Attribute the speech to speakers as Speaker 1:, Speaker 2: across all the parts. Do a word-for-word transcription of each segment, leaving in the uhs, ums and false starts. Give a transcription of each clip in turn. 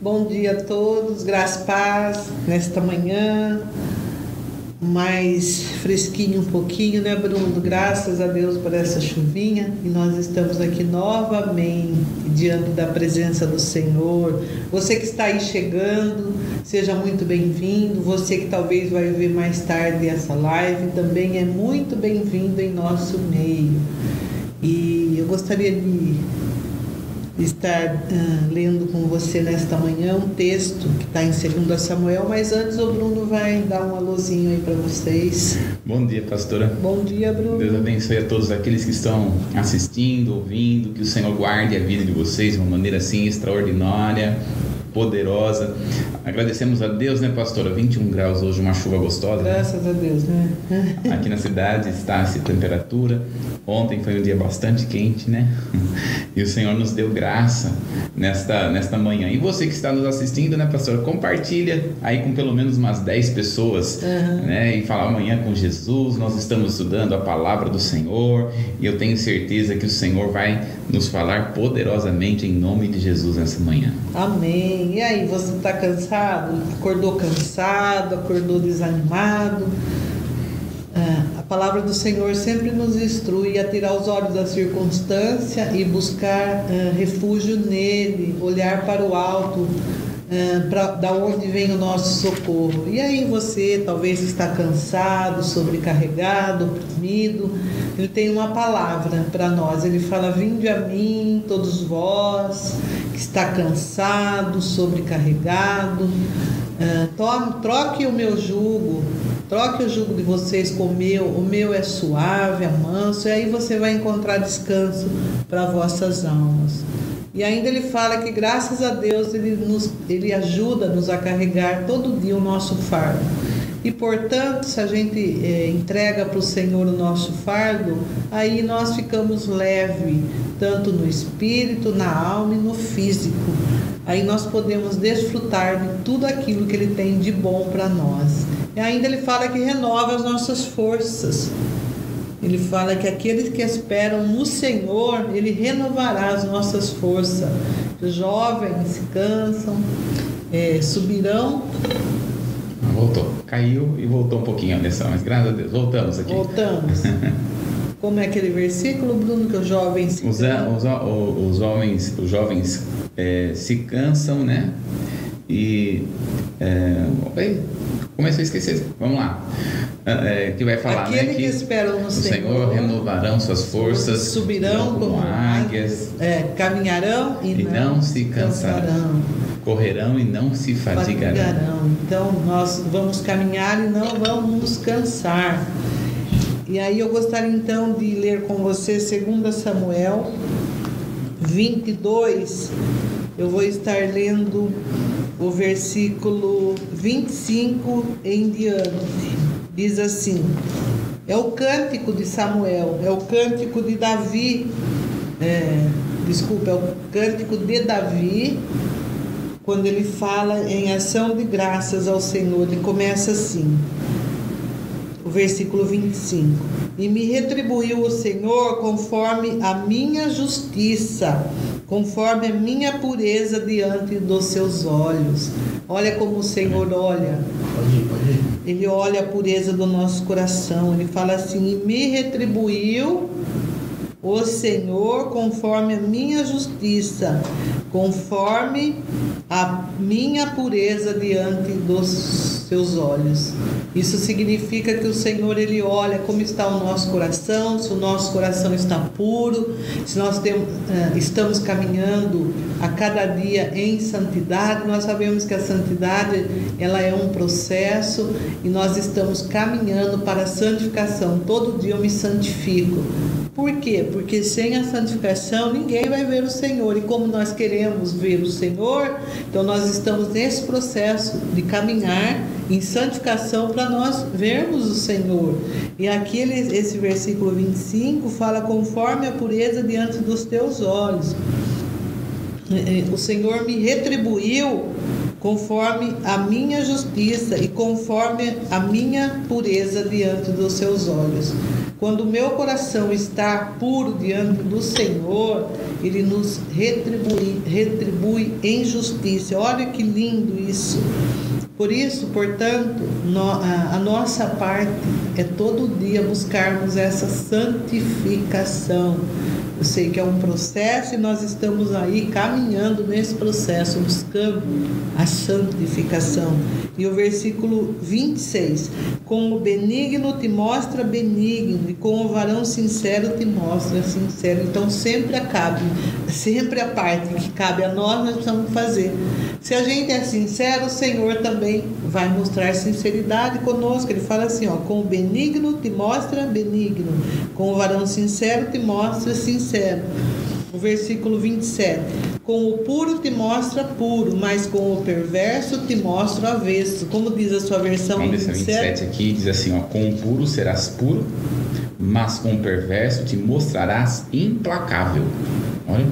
Speaker 1: Bom dia a todos, graça e paz nesta manhã, mais fresquinho um pouquinho, né, Bruno? Graças a Deus por essa chuvinha, e nós estamos aqui novamente diante da presença do Senhor. Você que está aí chegando, seja muito bem-vindo. Você que talvez vai ver mais tarde essa live, também é muito bem-vindo em nosso meio. E eu gostaria de estar uh, lendo com você nesta manhã um texto que está em segundo Samuel, mas antes o Bruno vai dar um alôzinho aí para vocês.
Speaker 2: Bom dia, pastora.
Speaker 1: Bom dia, Bruno.
Speaker 2: Deus abençoe a todos aqueles que estão assistindo, ouvindo, que o Senhor guarde a vida de vocês de uma maneira assim extraordinária, poderosa. Agradecemos a Deus, né, pastora? vinte e um graus hoje, uma chuva gostosa.
Speaker 1: Graças, né? A Deus, né?
Speaker 2: Aqui na cidade está essa temperatura. Ontem foi um dia bastante quente, né? E o Senhor nos deu graça nesta, nesta manhã. E você que está nos assistindo, né, pastora? Compartilha aí com pelo menos umas dez pessoas, uhum. né? E fala amanhã com Jesus. Nós estamos estudando a palavra do Senhor e eu tenho certeza que o Senhor vai nos falar poderosamente em nome de Jesus nessa manhã.
Speaker 1: Amém. E aí, você está cansado? Acordou cansado? Acordou desanimado? Ah, a palavra do Senhor sempre nos instrui a tirar os olhos da circunstância e buscar ah, refúgio nele, olhar para o alto, ah, para da onde vem o nosso socorro. E aí você talvez está cansado, sobrecarregado, oprimido. Ele tem uma palavra para nós. Ele fala: vinde a mim, todos vós que está cansado, sobrecarregado, uh, tome, troque o meu jugo, troque o jugo de vocês com o meu, o meu é suave, é manso, e aí você vai encontrar descanso para vossas almas. E ainda ele fala que graças a Deus ele, nos, ele ajuda-nos a carregar todo dia o nosso fardo. E portanto, se a gente é, entrega para o Senhor o nosso fardo, aí nós ficamos leves, tanto no espírito, na alma e no físico. Aí nós podemos desfrutar de tudo aquilo que Ele tem de bom para nós. E ainda Ele fala que renova as nossas forças. Ele fala que aqueles que esperam no Senhor, Ele renovará as nossas forças. Os jovens se cansam, é, subirão...
Speaker 2: Voltou, caiu e voltou um pouquinho a lição, mas graças a Deus, voltamos aqui.
Speaker 1: Voltamos. Como é aquele versículo, Bruno, que os jovens se
Speaker 2: os, os, os homens, os jovens é, se cansam, né? E é, comecei a esquecer. Vamos lá. É, que vai falar,
Speaker 1: Aquele
Speaker 2: né?
Speaker 1: que, que esperam no Senhor,
Speaker 2: Senhor renovarão suas forças,
Speaker 1: subirão como, como águias, é, caminharão e,
Speaker 2: e não, não se cansarão. cansarão. Correrão e não se fatigarão. fatigarão.
Speaker 1: Então nós vamos caminhar e não vamos nos cansar. E aí eu gostaria então de ler com você segundo Samuel vinte e dois. Eu vou estar lendo o versículo vinte e cinco em diante. Diz assim: é o cântico de Samuel, é o cântico de Davi, é, desculpa, é o cântico de Davi. Quando ele fala em ação de graças ao Senhor, ele começa assim, o versículo vinte e cinco: e me retribuiu o Senhor conforme a minha justiça, conforme a minha pureza diante dos seus olhos. Olha como o Senhor olha.
Speaker 3: Pode ir, pode ir.
Speaker 1: Ele olha a pureza do nosso coração. Ele fala assim: e me retribuiu o Senhor conforme a minha justiça, conforme a minha pureza diante dos seus olhos. Isso significa que o Senhor, Ele olha como está o nosso coração, se o nosso coração está puro, se nós temos, estamos caminhando a cada dia em santidade. Nós sabemos que a santidade, ela é um processo e nós estamos caminhando para a santificação. Todo dia eu me santifico. Por quê? Porque sem a santificação ninguém vai ver o Senhor. E como nós queremos ver o Senhor, então nós estamos nesse processo de caminhar em santificação para nós vermos o Senhor. E aqui ele, esse versículo vinte e cinco fala: conforme a pureza diante dos teus olhos. O Senhor me retribuiu conforme a minha justiça e conforme a minha pureza diante dos seus olhos. Quando o meu coração está puro diante do Senhor, Ele nos retribui, retribui em justiça. Olha que lindo isso. Por isso, portanto, no, a, a nossa parte é todo dia buscarmos essa santificação. Eu sei que é um processo e nós estamos aí caminhando nesse processo, buscando a santificação. E o versículo vinte e seis: com o benigno te mostra benigno, e com o varão sincero te mostra sincero. Então sempre cabe, sempre a parte que cabe a nós, nós precisamos fazer. Se a gente é sincero, o Senhor também vai mostrar sinceridade conosco. Ele fala assim, ó, com o benigno te mostra benigno, com o varão sincero te mostra sincero. O versículo vinte e sete: com o puro te mostra puro, mas com o perverso te mostra o avesso. Como diz a sua versão?
Speaker 2: Vamos ver, vinte e sete aqui diz assim, ó, com o puro serás puro, mas com o perverso te mostrarás implacável. Olha.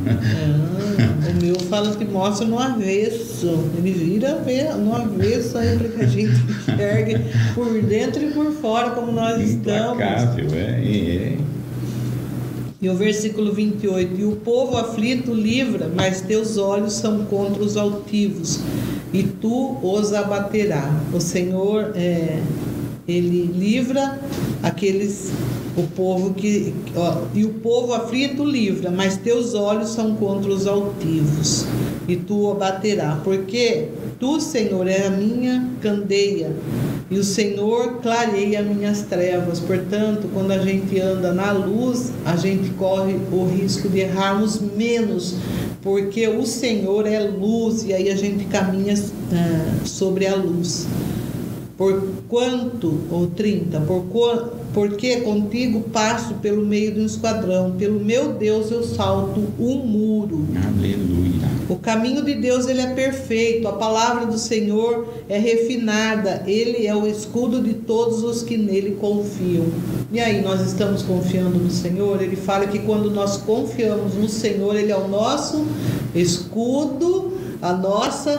Speaker 1: Ah, o meu fala que mostra no avesso. Ele vira no avesso aí para que a gente enxergue por dentro e por fora como nós estamos.
Speaker 2: Implacável, é, é.
Speaker 1: E o versículo vinte e oito: e o povo aflito livra, mas teus olhos são contra os altivos, e tu os abaterá. O Senhor, é, Ele livra aqueles, o povo que, ó, e o povo aflito livra, mas teus olhos são contra os altivos, e tu o abaterá. Porque tu, Senhor, é a minha candeia, e o Senhor clareia minhas trevas. Portanto, quando a gente anda na luz, a gente corre o risco de errarmos menos, porque o Senhor é luz, e aí a gente caminha ah, sobre a luz. Por quanto, ou trinta, por quanto, porque contigo passo pelo meio de um esquadrão, pelo meu Deus eu salto um muro.
Speaker 2: Aleluia.
Speaker 1: O caminho de Deus, ele é perfeito, a palavra do Senhor é refinada, ele é o escudo de todos os que nele confiam. E aí, nós estamos confiando no Senhor? Ele fala que quando nós confiamos no Senhor, ele é o nosso escudo, a nossa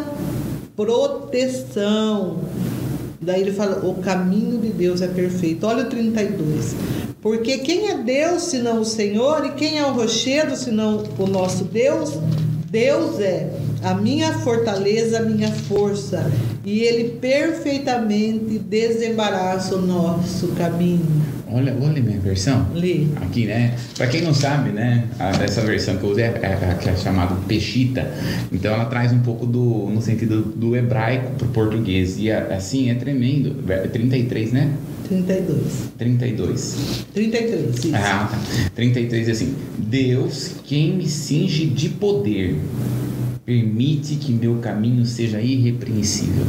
Speaker 1: proteção. Daí ele fala, o caminho de Deus é perfeito. Olha o trinta e dois. Porque quem é Deus senão o Senhor? E quem é o rochedo senão o nosso Deus? Deus é a minha fortaleza, a minha força, e Ele perfeitamente desembaraça o nosso caminho.
Speaker 2: Olha, olha a minha versão.
Speaker 1: Lê.
Speaker 2: Aqui, né? Para quem não sabe, né? A, essa versão que eu usei é, é, é, que é chamada Peshita. Então ela traz um pouco do, no sentido do hebraico para o português. E assim, é tremendo. trinta e três, né?
Speaker 1: trinta e dois.
Speaker 2: trinta e dois.
Speaker 1: trinta e três, isso.
Speaker 2: Ah, tá. trinta e três assim. Deus, quem me cinge de poder, permite que meu caminho seja irrepreensível.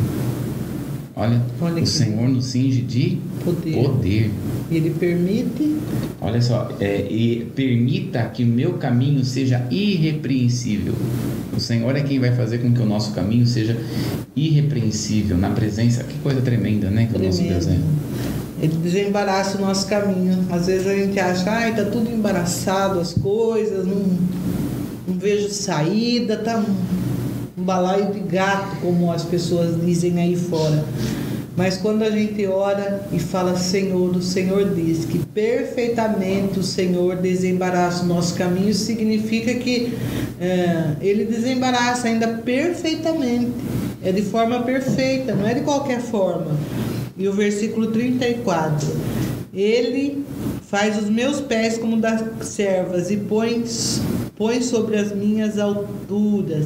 Speaker 2: Olha, Olha o Senhor nos cinge de poder. poder.
Speaker 1: E Ele permite...
Speaker 2: Olha só, é, e permita que o meu caminho seja irrepreensível. O Senhor é quem vai fazer com que o nosso caminho seja irrepreensível na presença. Que coisa tremenda, né? Que Tremendo. O nosso Deus é.
Speaker 1: Ele desembaraça o nosso caminho. Às vezes a gente acha, ai, tá tudo embaraçado as coisas, não, não vejo saída, tá um, um balaio de gato, como as pessoas dizem aí fora. Mas quando a gente ora e fala Senhor, o Senhor diz que perfeitamente o Senhor desembaraça o nosso caminho, significa que é, Ele desembaraça ainda perfeitamente, é de forma perfeita, não é de qualquer forma. E o versículo trinta e quatro: Ele faz os meus pés como das servas e põe, põe sobre as minhas alturas.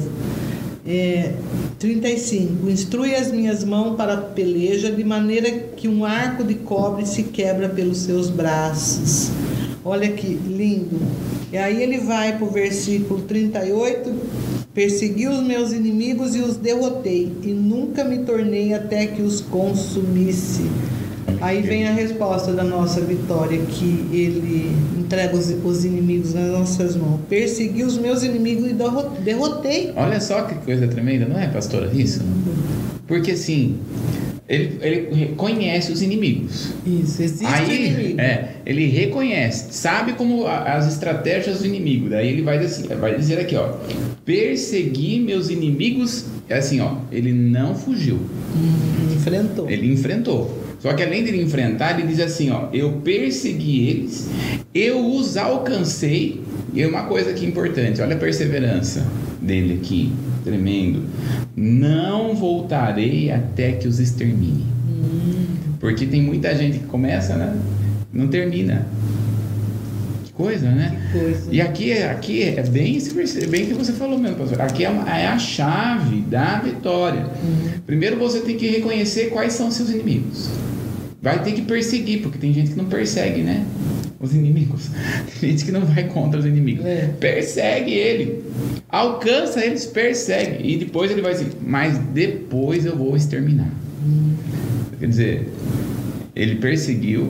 Speaker 1: É, trinta e cinco: Instrui as minhas mãos para a peleja, de maneira que um arco de cobre se quebra pelos seus braços. Olha que lindo. E aí ele vai para o versículo trinta e oito: Persegui os meus inimigos e os derrotei, e nunca me tornei até que os consumisse. Aí vem a resposta da nossa vitória, que Ele entrega os, os inimigos nas nossas mãos. Persegui os meus inimigos e derrotei.
Speaker 2: Olha só que coisa tremenda, não é, pastora, isso? Porque assim, ele, ele reconhece os inimigos.
Speaker 1: Isso, existe
Speaker 2: Aí,
Speaker 1: inimigo.
Speaker 2: É, ele reconhece, sabe como a, as estratégias do inimigo. Daí ele vai dizer, vai dizer aqui, ó, persegui meus inimigos, é assim, ó, ele não fugiu.
Speaker 1: Hum, enfrentou.
Speaker 2: Ele enfrentou. Só que além dele enfrentar, ele diz assim, ó, eu persegui eles, eu os alcancei. E uma coisa aqui importante, olha a perseverança dele aqui, tremendo. Não voltarei até que os extermine. Hum. Porque tem muita gente que começa, né? Não termina. Que coisa, né?
Speaker 1: Que coisa.
Speaker 2: E aqui, aqui é bem bem que você falou mesmo, pastor. Aqui é, uma, é a chave da vitória. Hum. Primeiro você tem que reconhecer quais são seus inimigos. Vai ter que perseguir, porque tem gente que não persegue, né? Os inimigos. Tem gente que não vai contra os inimigos. É. Persegue ele. Alcança eles, persegue. E depois ele vai dizer, mas depois eu vou exterminar. Hum. Quer dizer, ele perseguiu,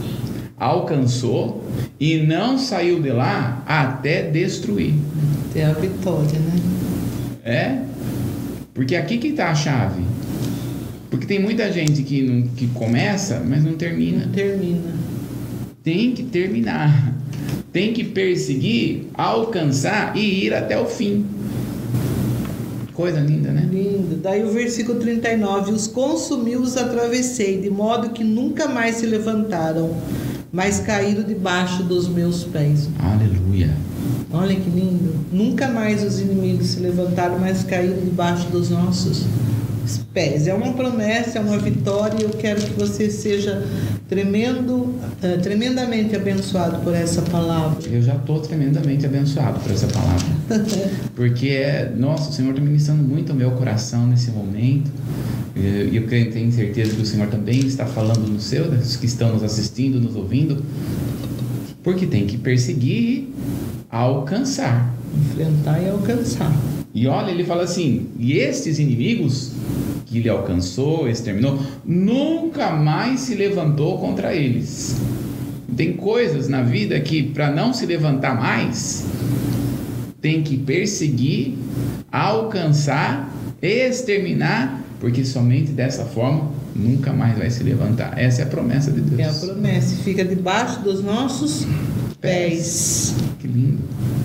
Speaker 2: alcançou e não saiu de lá até destruir.
Speaker 1: Até a vitória, né?
Speaker 2: É. Porque aqui que está a chave. Porque tem muita gente que, não, que começa, mas não termina.
Speaker 1: Não termina.
Speaker 2: Tem que terminar. Tem que perseguir, alcançar e ir até o fim. Coisa linda, né?
Speaker 1: Lindo. Daí o versículo trinta e nove. Os consumiu, os atravessei, de modo que nunca mais se levantaram, mas caíram debaixo dos meus pés.
Speaker 2: Aleluia.
Speaker 1: Olha que lindo. Nunca mais os inimigos se levantaram, mas caíram debaixo dos nossos pés. É uma promessa, é uma vitória, e eu quero que você seja tremendo, uh, tremendamente abençoado por essa palavra.
Speaker 2: Eu já estou tremendamente abençoado por essa palavra. Porque, é, nossa, o Senhor está ministrando muito ao meu coração nesse momento. E eu, eu tenho certeza que o Senhor também está falando no seu, dos que estão nos assistindo, nos ouvindo. Porque tem que perseguir, alcançar.
Speaker 1: Enfrentar e alcançar.
Speaker 2: E olha, ele fala assim, e estes inimigos que ele alcançou, exterminou, nunca mais se levantou contra eles. Tem coisas na vida que, para não se levantar mais, tem que perseguir, alcançar, exterminar, porque somente dessa forma nunca mais vai se levantar. Essa é a promessa de Deus.
Speaker 1: É a promessa, fica debaixo dos nossos pés.
Speaker 2: Que lindo.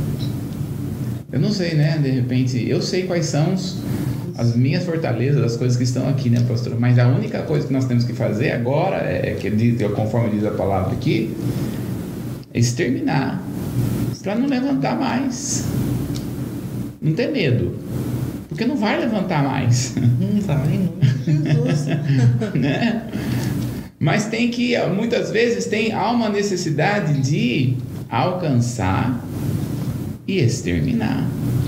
Speaker 2: Eu não sei, né? De repente, eu sei quais são os, as minhas fortalezas, as coisas que estão aqui, né, pastor? Mas a única coisa que nós temos que fazer agora, é que conforme diz a palavra aqui, é exterminar, para não levantar mais. Não ter medo, porque não vai levantar mais.
Speaker 1: Não vai, em nome de Jesus.
Speaker 2: Né? Mas tem que, muitas vezes, tem, há uma necessidade de alcançar e exterminar.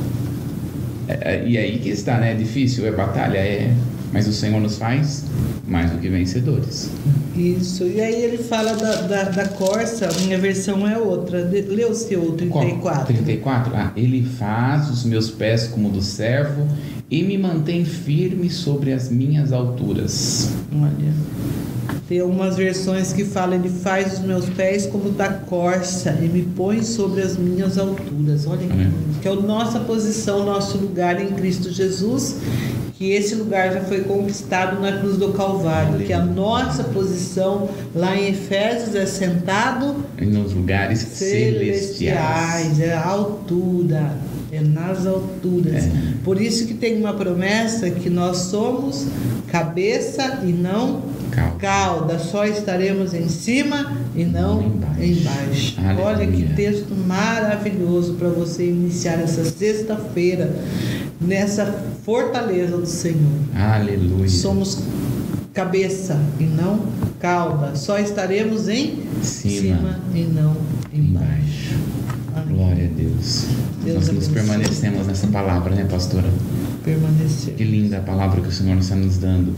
Speaker 2: É, e aí que está, né? É difícil, é batalha, é, mas o Senhor nos faz mais do que vencedores.
Speaker 1: Isso, e aí ele fala da, da, da corça, a minha versão é outra. Lê o seu, trinta e quatro.
Speaker 2: trinta e quatro? Ah, ele faz os meus pés como do servo e me mantém firme sobre as minhas alturas.
Speaker 1: Olha, tem algumas versões que falam, ele faz os meus pés como da corça e me põe sobre as minhas alturas. Olha que, que é a nossa posição, nosso lugar em Cristo Jesus, que esse lugar já foi conquistado na cruz do Calvário. Aleluia. Que a nossa posição lá em Efésios é sentado
Speaker 2: nos lugares celestiais, celestiais.
Speaker 1: É a altura, é nas alturas. É. Por isso que tem uma promessa que nós somos cabeça e não cauda, cauda. Só estaremos em cima e não embaixo, embaixo. Olha que texto maravilhoso para você iniciar essa sexta-feira nessa fortaleza do Senhor.
Speaker 2: Aleluia.
Speaker 1: Somos cabeça e não cauda. Só estaremos em cima, cima e não embaixo.
Speaker 2: Amém. Glória a Deus. Deus Nós nos permanecemos nessa palavra, né, pastora?
Speaker 1: Permanecer.
Speaker 2: Que linda a palavra que o Senhor está nos dando.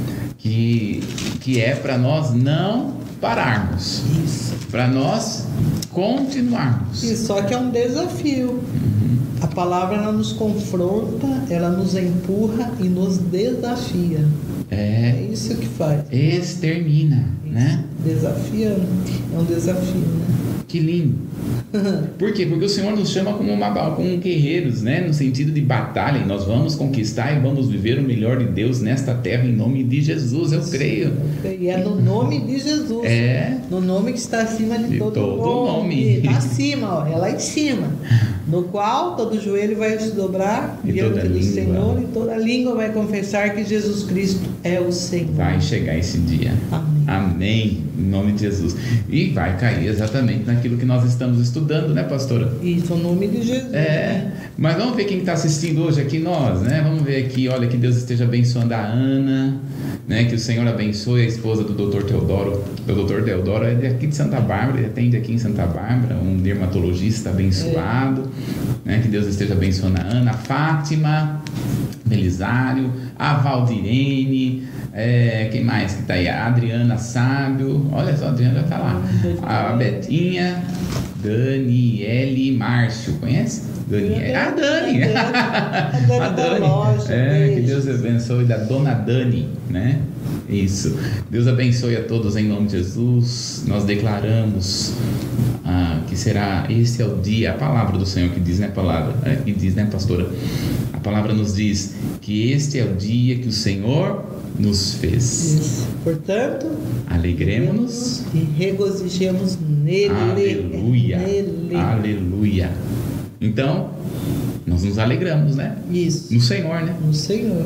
Speaker 2: Que, que é para nós não pararmos.
Speaker 1: Isso.
Speaker 2: Para nós continuarmos.
Speaker 1: Isso, só que é um desafio. Uhum. A palavra ela nos confronta, ela nos empurra e nos desafia.
Speaker 2: É,
Speaker 1: é isso que faz.
Speaker 2: Extermina, isso. Né?
Speaker 1: Desafiando. É um desafio, né?
Speaker 2: Que lindo. Por quê? Porque o Senhor nos chama como, uma, como guerreiros, né? No sentido de batalha. E nós vamos conquistar e vamos viver o melhor de Deus nesta terra em nome de Jesus. Eu creio.
Speaker 1: E é no nome de Jesus.
Speaker 2: É.
Speaker 1: No nome que está acima de,
Speaker 2: de
Speaker 1: todo,
Speaker 2: todo
Speaker 1: nome.
Speaker 2: nome.
Speaker 1: Acima, ó, é lá em cima. No qual todo joelho vai se dobrar
Speaker 2: e
Speaker 1: diante do
Speaker 2: língua.
Speaker 1: Senhor e toda língua vai confessar que Jesus Cristo é o Senhor.
Speaker 2: Vai chegar esse dia.
Speaker 1: Amém.
Speaker 2: Amém. Em nome de Jesus. E vai cair exatamente naquilo que nós estamos estudando, né, pastora?
Speaker 1: Isso, em nome de Jesus.
Speaker 2: É,
Speaker 1: né?
Speaker 2: Mas vamos ver quem está assistindo hoje aqui, nós, né? Vamos ver aqui, olha, que Deus esteja abençoando a Ana, né? Que o Senhor abençoe a esposa do doutor Teodoro. O doutor Teodoro é aqui de Santa Bárbara, ele atende aqui em Santa Bárbara, um dermatologista abençoado, é. né? Que Deus esteja abençoando a Ana, a Fátima, Belisário, a Valdirene, é, quem mais que está aí? A Adriana Sábio, olha só, a Adriana já está lá, a Betinha, Daniele Márcio, conhece? Dani, a Dani,
Speaker 1: a Dani, a Dani. Loja,
Speaker 2: é, que Deus abençoe, da dona Dani, né? Isso, Deus abençoe a todos em nome de Jesus. Nós declaramos ah, que será, esse é o dia, a palavra do Senhor que diz, né, palavra, é, que diz, né, pastora? A palavra nos diz que este é o dia que o Senhor nos fez.
Speaker 1: Isso. Portanto,
Speaker 2: alegremos-nos
Speaker 1: e regozijemos nele.
Speaker 2: Aleluia.
Speaker 1: Nele.
Speaker 2: Aleluia. Então, nós nos alegramos, né?
Speaker 1: Isso.
Speaker 2: No Senhor, né?
Speaker 1: No Senhor.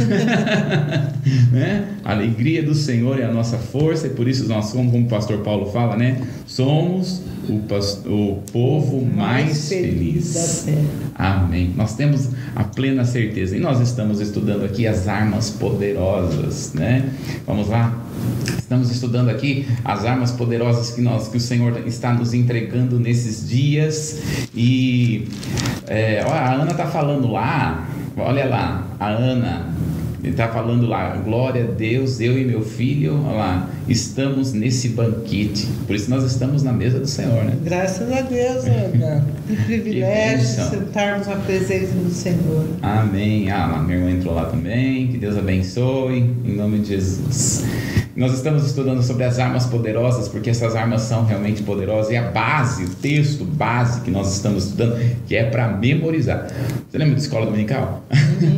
Speaker 2: né? A alegria do Senhor é a nossa força, e por isso nós, como o pastor Paulo fala, né? Somos o, pasto, o povo mais, mais feliz, feliz da terra. Amém. Nós temos a plena certeza, e nós estamos estudando aqui as armas poderosas, né? Vamos lá. Estamos estudando aqui as armas poderosas que, nós, que o Senhor está nos entregando nesses dias. E é, ó, a Ana está falando lá, olha lá, a Ana está falando lá, glória a Deus, eu e meu filho, olha lá, estamos nesse banquete. Por isso nós estamos na mesa do Senhor, né?
Speaker 1: Graças a Deus, Ana. Que privilégio de sentarmos na presença do Senhor.
Speaker 2: Amém. Ah, lá, minha irmã entrou lá também. Que Deus abençoe, em nome de Jesus. Nós estamos estudando sobre as armas poderosas, porque essas armas são realmente poderosas, e a base, o texto base que nós estamos estudando, que é para memorizar. Você lembra da escola dominical? Uhum.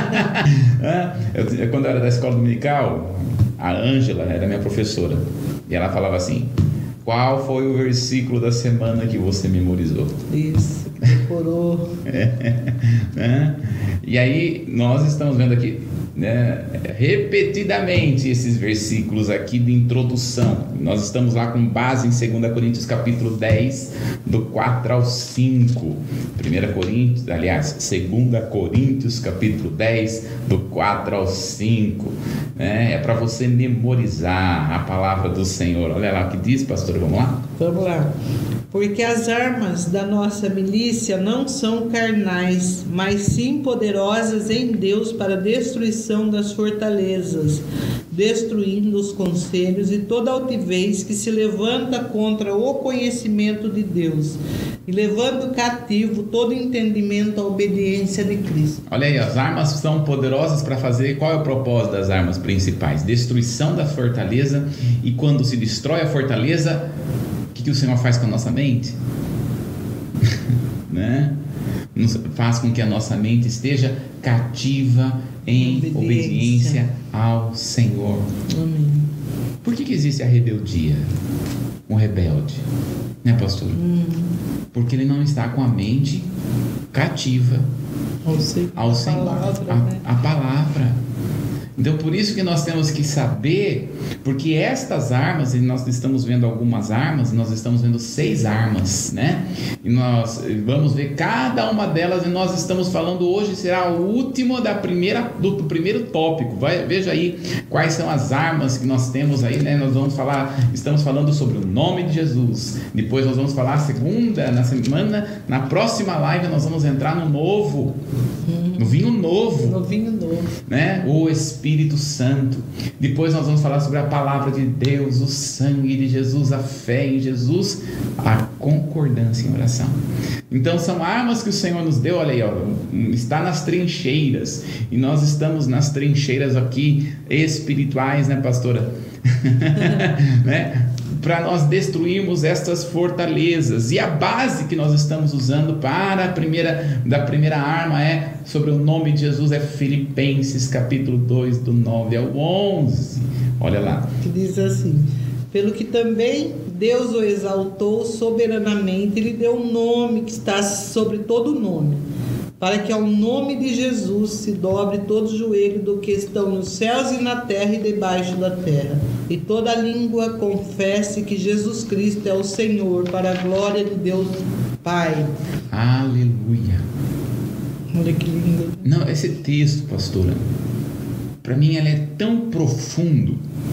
Speaker 2: eu, quando eu era da escola dominical, a Ângela era minha professora, e ela falava assim: qual foi o versículo da semana que você memorizou?
Speaker 1: Isso, que decorou.
Speaker 2: é, né? E aí nós estamos vendo aqui, né, repetidamente esses versículos aqui de introdução. Nós estamos lá com base em segunda Coríntios capítulo dez, do quatro ao cinco. primeira Coríntios, aliás, segunda Coríntios capítulo dez, do quatro ao cinco. Né? É para você memorizar a palavra do Senhor. Olha lá o que diz, pastor, vamos lá?
Speaker 1: Vamos lá. Porque as armas da nossa milícia não são carnais, mas sim poderosas em Deus para a destruição das fortalezas, destruindo os conselhos e toda altivez que se levanta contra o conhecimento de Deus, e levando cativo todo entendimento à obediência de Cristo.
Speaker 2: Olha aí, as armas são poderosas para fazer. Qual é o propósito das armas principais? Destruição da fortaleza. E quando se destrói a fortaleza, o que, que o Senhor faz com a nossa mente? né? Faz com que a nossa mente esteja cativa em obediência, obediência ao Senhor.
Speaker 1: Amém.
Speaker 2: Por que, que existe a rebeldia? Um rebelde, né, pastor?
Speaker 1: Hum.
Speaker 2: Porque ele não está com a mente cativa
Speaker 1: ao Senhor,
Speaker 2: ao Senhor,
Speaker 1: palavra,
Speaker 2: a,
Speaker 1: né?
Speaker 2: a palavra. Então, por isso que nós temos que saber, porque estas armas, e nós estamos vendo algumas armas, nós estamos vendo seis armas, né? E nós vamos ver cada uma delas, e nós estamos falando hoje, será o último da primeira, do, do primeiro tópico. Vai, veja aí quais são as armas que nós temos aí, né? Nós vamos falar, estamos falando sobre o nome de Jesus. Depois nós vamos falar a segunda, na semana, na próxima live nós vamos entrar no novo, no vinho novo.
Speaker 1: No vinho novo.
Speaker 2: Né? O Espírito Espírito Santo. Depois nós vamos falar sobre a palavra de Deus, o sangue de Jesus, a fé em Jesus, a concordância em oração. Então são armas que o Senhor nos deu. Olha aí, ó, está nas trincheiras, e nós estamos nas trincheiras aqui espirituais, né, pastora? né? Para nós destruirmos estas fortalezas. E a base que nós estamos usando para a primeira, da primeira arma é sobre o nome de Jesus, é Filipenses capítulo dois, do nove ao onze. Olha lá.
Speaker 1: Que diz assim: pelo que também Deus o exaltou soberanamente, ele deu um nome que está sobre todo nome, para que ao nome de Jesus se dobre todo o joelho do que estão nos céus e na terra e debaixo da terra, e toda língua confesse que Jesus Cristo é o Senhor, para a glória de Deus Pai.
Speaker 2: Aleluia.
Speaker 1: Olha que lindo.
Speaker 2: Não, esse texto, pastora, para mim ele é tão profundo,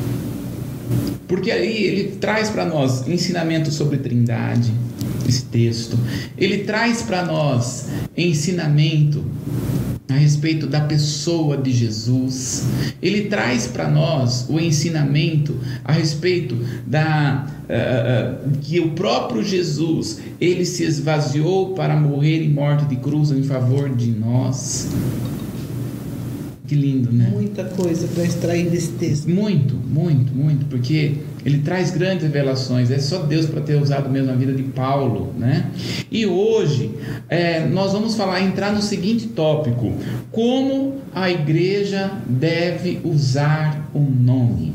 Speaker 2: porque aí ele traz para nós ensinamento sobre Trindade, esse texto. Ele traz para nós ensinamento a respeito da pessoa de Jesus. Ele traz para nós o ensinamento a respeito da uh, uh, que o próprio Jesus, ele se esvaziou para morrer em morte de cruz em favor de nós. Que lindo, né?
Speaker 1: Muita coisa para extrair desse texto.
Speaker 2: Muito, muito, muito, porque ele traz grandes revelações. É só Deus para ter usado mesmo a vida de Paulo, né? E hoje é, nós vamos falar, entrar no seguinte tópico: como a igreja deve usar o nome.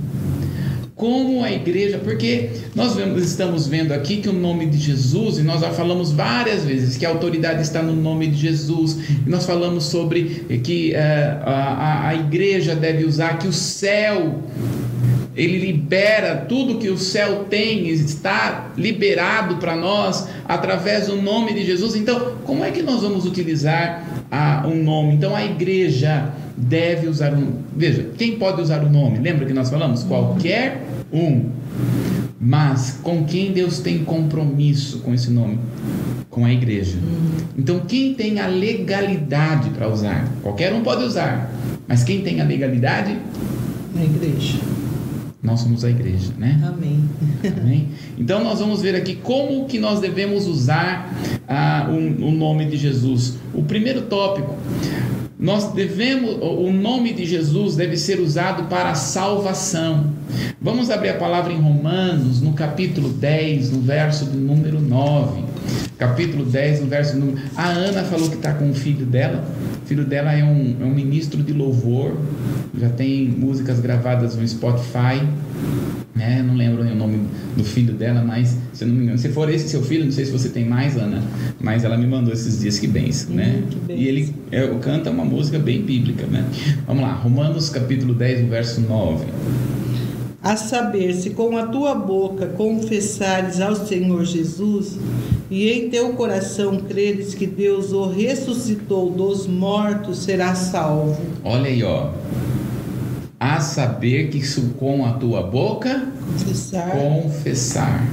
Speaker 2: Como a igreja, porque nós vemos, estamos vendo aqui que o nome de Jesus, e nós já falamos várias vezes que a autoridade está no nome de Jesus, e nós falamos sobre que uh, a, a igreja deve usar, que o céu, ele libera tudo que o céu tem, está liberado para nós através do nome de Jesus. Então, como é que nós vamos utilizar a, um nome? Então, a igreja deve usar um... Veja, quem pode usar o nome? Lembra que nós falamos? Qualquer um. Mas com quem Deus tem compromisso com esse nome? Com a igreja. Então, quem tem a legalidade para usar? Qualquer um pode usar. Mas quem tem a legalidade?
Speaker 1: A igreja.
Speaker 2: Nós somos a igreja, né?
Speaker 1: Amém.
Speaker 2: Amém? Então nós vamos ver aqui como que nós devemos usar ah, o, o nome de Jesus. O primeiro tópico: nós devemos, o nome de Jesus deve ser usado para a salvação. Vamos abrir a palavra em Romanos, no capítulo dez, no verso do número nove. Capítulo dez, no verso número... A Ana falou que está com o filho dela. O filho dela é um, é um ministro de louvor. Já tem músicas gravadas no Spotify, né? Não lembro o nome do filho dela, mas se não me engano, se for esse seu filho, não sei se você tem mais, Ana, mas ela me mandou esses dias, que bênção, né?
Speaker 1: Que bênção.
Speaker 2: E ele é, canta uma música bem bíblica, né? Vamos lá, Romanos capítulo dez, no verso nove.
Speaker 1: A saber, se com a tua boca confessares ao Senhor Jesus e em teu coração creres que Deus o ressuscitou dos mortos, serás salvo.
Speaker 2: Olha aí, ó. A saber que isso com a tua boca
Speaker 1: Confessar.
Speaker 2: confessar.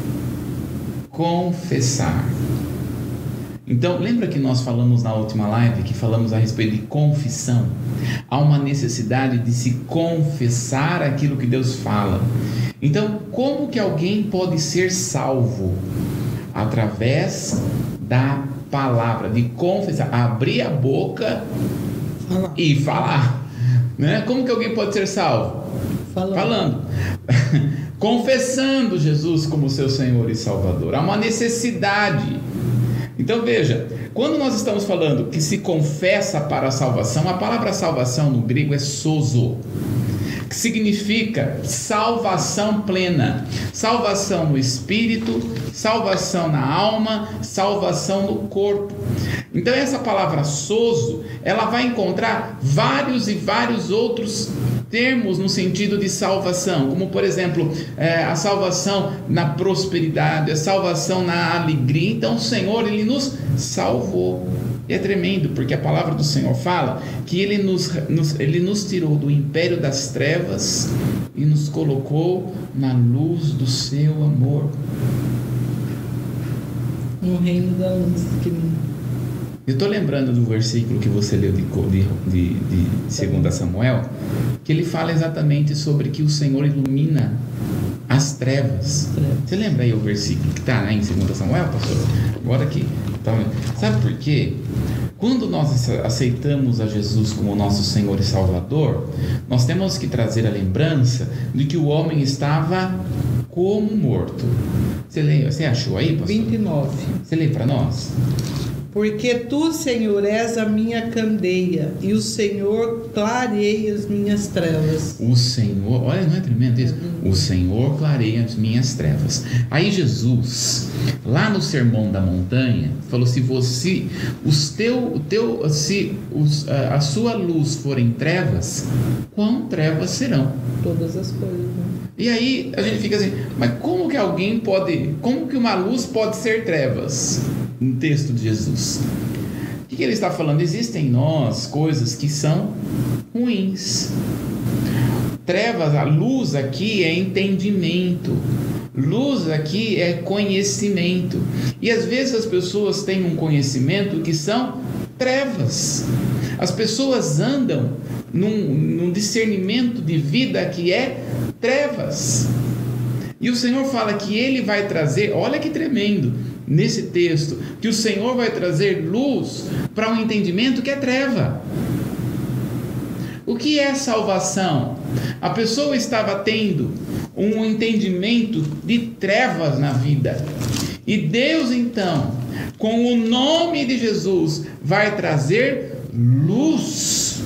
Speaker 2: Confessar. Então, lembra que nós falamos na última live, que falamos a respeito de confissão? Há uma necessidade de se confessar aquilo que Deus fala. Então, como que alguém pode ser salvo? Através da palavra, de confessar, abrir a boca
Speaker 1: Falar.
Speaker 2: e falar, né? Como que alguém pode ser salvo?
Speaker 1: Falando.
Speaker 2: Falando. Confessando Jesus como seu Senhor e Salvador. Há uma necessidade. Então veja, quando nós estamos falando que se confessa para a salvação, a palavra salvação no grego é sozo, que significa salvação plena, salvação no espírito, salvação na alma, salvação no corpo. Então essa palavra sozo, ela vai encontrar vários e vários outros termos no sentido de salvação, como por exemplo, é, a salvação na prosperidade, a salvação na alegria. Então o Senhor, Ele nos salvou. E é tremendo, porque a palavra do Senhor fala que Ele nos, nos, Ele nos tirou do império das trevas e nos colocou na luz do seu amor.
Speaker 1: No reino da luz. Que...
Speaker 2: Eu estou lembrando do versículo que você leu de, de, de, de segundo Samuel, que ele fala exatamente sobre que o Senhor ilumina as trevas. Você lembra aí o versículo que está em segundo Samuel, pastor? Agora aqui. Tá... Sabe por quê? Quando nós aceitamos a Jesus como nosso Senhor e Salvador, nós temos que trazer a lembrança de que o homem estava como morto. Você, lê, você achou aí, pastor?
Speaker 1: vinte e nove.
Speaker 2: Você lê para nós?
Speaker 1: Porque tu, Senhor, és a minha candeia, e o Senhor clareia as minhas trevas.
Speaker 2: O Senhor, olha, não é tremendo isso? O Senhor clareia as minhas trevas. Aí Jesus, lá no Sermão da Montanha, falou: se você, os teu, o teu, se os, a, a sua luz forem trevas, quão trevas serão?
Speaker 1: Todas as coisas, né?
Speaker 2: E aí a gente fica assim, mas como que alguém pode, como que uma luz pode ser trevas? No texto de Jesus, o que, que ele está falando? Existem em nós coisas que são ruins. Trevas, a luz aqui é entendimento, luz aqui é conhecimento, e às vezes as pessoas têm um conhecimento que são trevas. As pessoas andam num, num discernimento de vida que é trevas, e o Senhor fala que Ele vai trazer, olha que tremendo, nesse texto, que o Senhor vai trazer luz para um entendimento que é treva. O que é salvação? A pessoa estava tendo um entendimento de trevas na vida, e Deus então, com o nome de Jesus, vai trazer luz.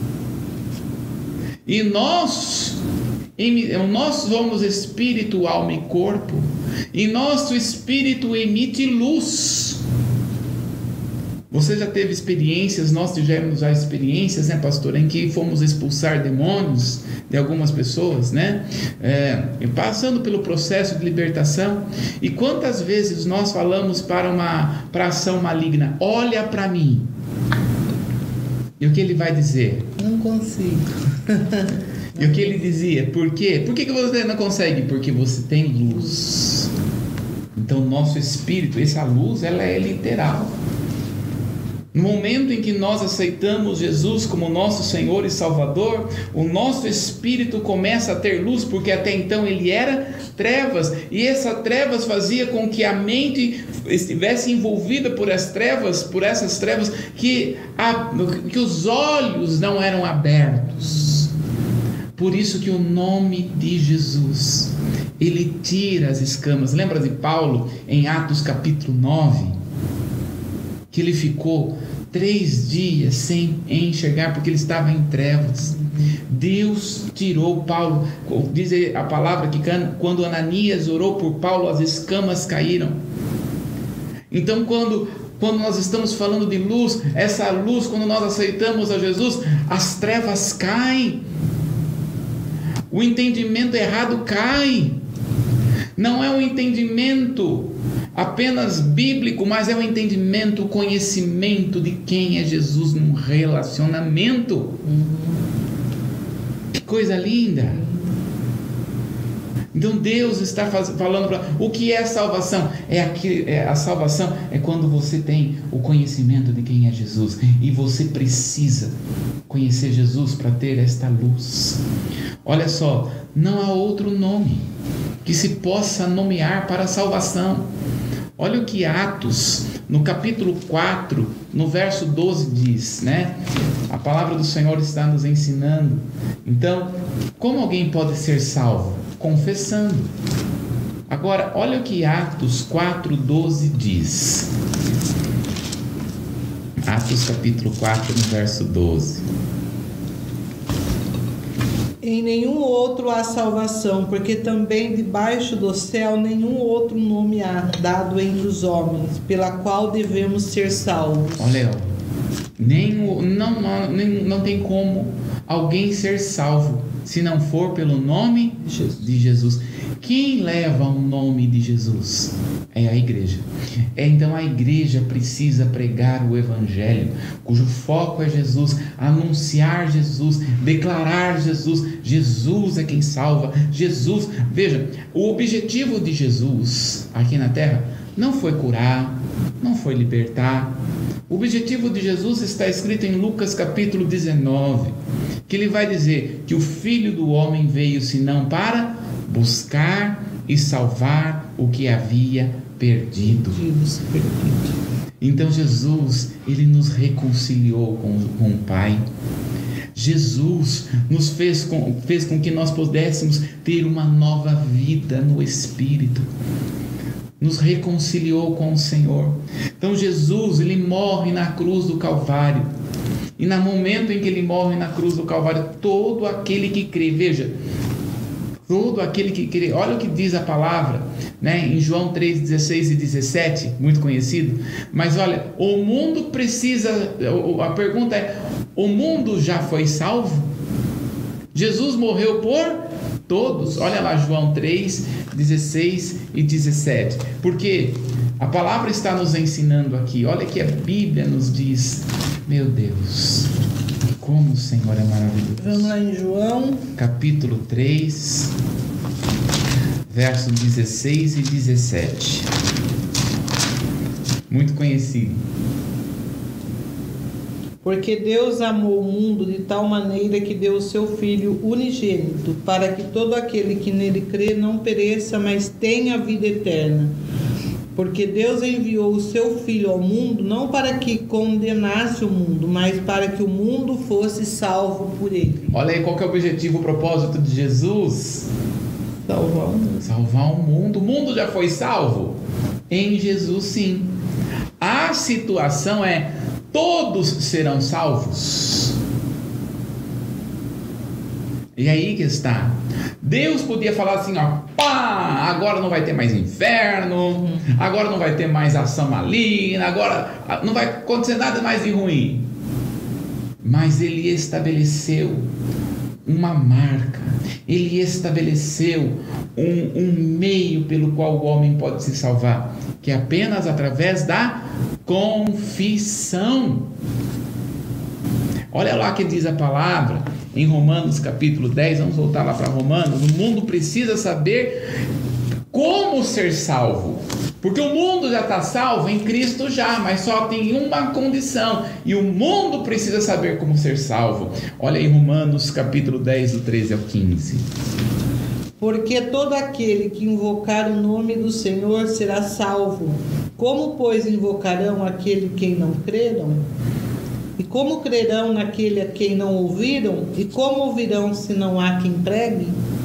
Speaker 2: E nós, nós somos espírito, alma e corpo, e nosso espírito emite luz. Você já teve experiências, nós tivemos já experiências, né, pastor, em que fomos expulsar demônios de algumas pessoas, né, é, passando pelo processo de libertação. E quantas vezes nós falamos para uma para ação maligna: olha para mim. E o que ele vai dizer?
Speaker 1: Não consigo.
Speaker 2: E o que ele dizia? Por quê? Por que que você não consegue? Porque você tem luz. Então, nosso espírito, essa luz, ela é literal. No momento em que nós aceitamos Jesus como nosso Senhor e Salvador, o nosso espírito começa a ter luz, porque até então ele era trevas, e essa trevas fazia com que a mente estivesse envolvida por as trevas, por essas trevas, que, a, que os olhos não eram abertos. Por isso que o nome de Jesus, ele tira as escamas. Lembra de Paulo em Atos capítulo nove? Que ele ficou três dias sem enxergar, porque ele estava em trevas. Deus tirou Paulo. Diz a palavra que quando Ananias orou por Paulo, as escamas caíram. Então, quando, quando nós estamos falando de luz, essa luz, quando nós aceitamos a Jesus, as trevas caem. O entendimento errado cai. Não é um entendimento apenas bíblico, mas é um entendimento, o conhecimento de quem é Jesus num relacionamento. Uhum. Que coisa linda! Então Deus está faz, falando para o que é salvação? É aqui, é, a salvação é quando você tem o conhecimento de quem é Jesus, e você precisa conhecer Jesus para ter esta luz. Olha só, não há outro nome que se possa nomear para a salvação. Olha o que Atos, no capítulo quatro, no verso doze diz, né? A palavra do Senhor está nos ensinando. Então, como alguém pode ser salvo? Confessando. Agora, olha o que Atos quatro, doze diz. Atos capítulo quatro, no verso doze.
Speaker 1: Em nenhum outro há salvação, porque também debaixo do céu nenhum outro nome há dado entre os homens, pela qual devemos ser salvos.
Speaker 2: Olha, nem, não, não, nem, não tem como alguém ser salvo se não for pelo nome Jesus. de Jesus. Quem leva o nome de Jesus? É a igreja. É, então a igreja precisa pregar o evangelho, cujo foco é Jesus, anunciar Jesus, declarar Jesus. Jesus é quem salva. Jesus, veja, o objetivo de Jesus aqui na terra não foi curar, não foi libertar. O objetivo de Jesus está escrito em Lucas capítulo dezenove, que ele vai dizer que o Filho do Homem veio senão para buscar e salvar o que havia perdido. Então Jesus, ele nos reconciliou com, com o Pai. Jesus nos fez com, fez com que nós pudéssemos ter uma nova vida no Espírito. nos reconciliou com o Senhor. Então Jesus, ele morre na cruz do Calvário. E no momento em que ele morre na cruz do Calvário, todo aquele que crê, veja, todo aquele que crê, olha o que diz a palavra, né? Em João três, dezesseis e dezessete, muito conhecido, mas olha, o mundo precisa, a pergunta é, o mundo já foi salvo? Jesus morreu por todos, olha lá João três, dezesseis e dezessete, porque a palavra está nos ensinando aqui, olha que a Bíblia nos diz, meu Deus, como o Senhor é maravilhoso.
Speaker 1: Vamos lá em João
Speaker 2: capítulo três, versos dezesseis e dezessete, muito conhecido.
Speaker 1: Porque Deus amou o mundo de tal maneira que deu o seu Filho unigênito, para que todo aquele que nele crê não pereça, mas tenha a vida eterna. Porque Deus enviou o seu Filho ao mundo, não para que condenasse o mundo, mas para que o mundo fosse salvo por ele.
Speaker 2: Olha aí qual que é o objetivo, o propósito de Jesus.
Speaker 1: Salvar o mundo.
Speaker 2: Salvar o mundo. O mundo já foi salvo? Em Jesus, sim. A situação é, todos serão salvos? E aí que está. Deus podia falar assim, ó, pá, agora não vai ter mais inferno, agora não vai ter mais ação maligna, agora não vai acontecer nada mais de ruim. Mas Ele estabeleceu uma marca, Ele estabeleceu um, um meio pelo qual o homem pode se salvar, que é apenas através da confissão. Olha lá que diz a palavra em Romanos capítulo dez, vamos voltar lá para Romanos. O mundo precisa saber como ser salvo, porque o mundo já está salvo em Cristo já, mas só tem uma condição, e o mundo precisa saber como ser salvo. Olha aí Romanos capítulo dez, do treze ao quinze.
Speaker 1: Porque todo aquele que invocar o nome do Senhor será salvo. Como, pois, invocarão aquele quem não creram? E como crerão naquele a quem não ouviram? E como ouvirão se não há quem pregue?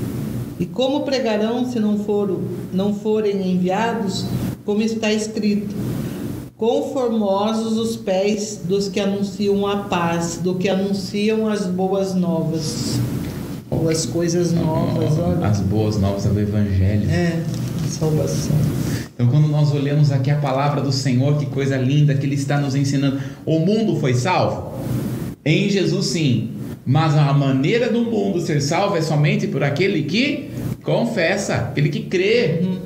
Speaker 1: E como pregarão se não, for, não forem enviados? Como está escrito: quão formosos os pés dos que anunciam a paz, do que anunciam as boas novas. Ou as coisas novas, olha.
Speaker 2: As boas novas do Evangelho.
Speaker 1: É, salvação.
Speaker 2: Então, quando nós olhamos aqui a palavra do Senhor, que coisa linda que Ele está nos ensinando. O mundo foi salvo? Em Jesus, sim. Mas a maneira do mundo ser salvo é somente por aquele que confessa, aquele que crê. Uhum.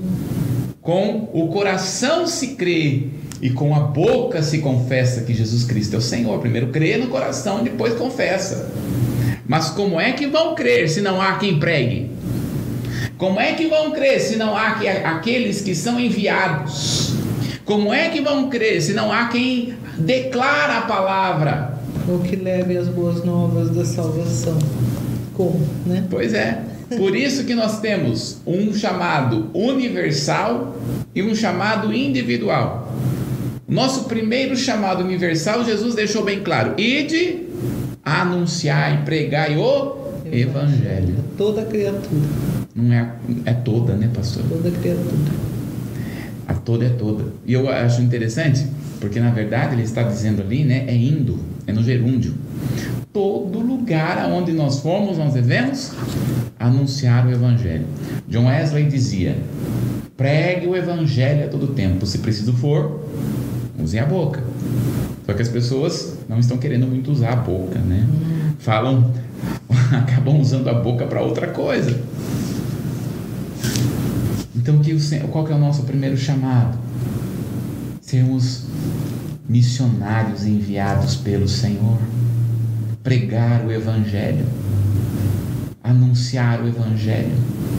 Speaker 2: Com o coração se crê e com a boca se confessa que Jesus Cristo é o Senhor. Primeiro crê no coração, depois confessa. Mas como é que vão crer se não há quem pregue? Como é que vão crer se não há aqueles que são enviados? Como é que vão crer se não há quem declara a palavra?
Speaker 1: Ou que leve as boas novas da salvação. Como, né?
Speaker 2: Pois é. Por isso que nós temos um chamado universal e um chamado individual. Nosso primeiro chamado universal, Jesus deixou bem claro: ide, anunciar e pregar o Evangelho.
Speaker 1: A toda criatura.
Speaker 2: Não é, é toda, né, pastor?
Speaker 1: Toda criatura.
Speaker 2: A toda é toda. E eu acho interessante, porque na verdade ele está dizendo ali, né, é indo, é no gerúndio. Todo lugar aonde nós formos, nós devemos anunciar o Evangelho. John Wesley dizia: pregue o Evangelho a todo tempo. Se preciso for, use a boca. Só que as pessoas não estão querendo muito usar a boca, né? Hum. Falam, acabam usando a boca para outra coisa. Então, qual que é o nosso primeiro chamado? Sermos missionários enviados pelo Senhor. Pregar o Evangelho. Anunciar o Evangelho.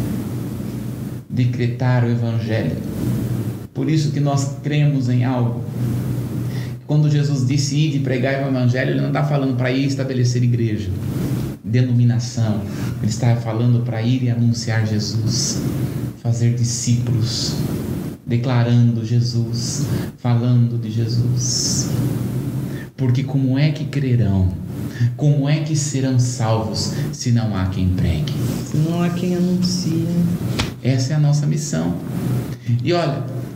Speaker 2: Decretar o Evangelho. Por isso que nós cremos em algo. Quando Jesus disse ir de pregar o Evangelho, Ele não está falando para ir estabelecer igreja, denominação. Ele está falando para ir e anunciar Jesus. Fazer discípulos, declarando Jesus, falando de Jesus. Porque como é que crerão? Como é que serão salvos se não há quem pregue?
Speaker 1: Se não há quem anuncie.
Speaker 2: Essa é a nossa missão. E olha,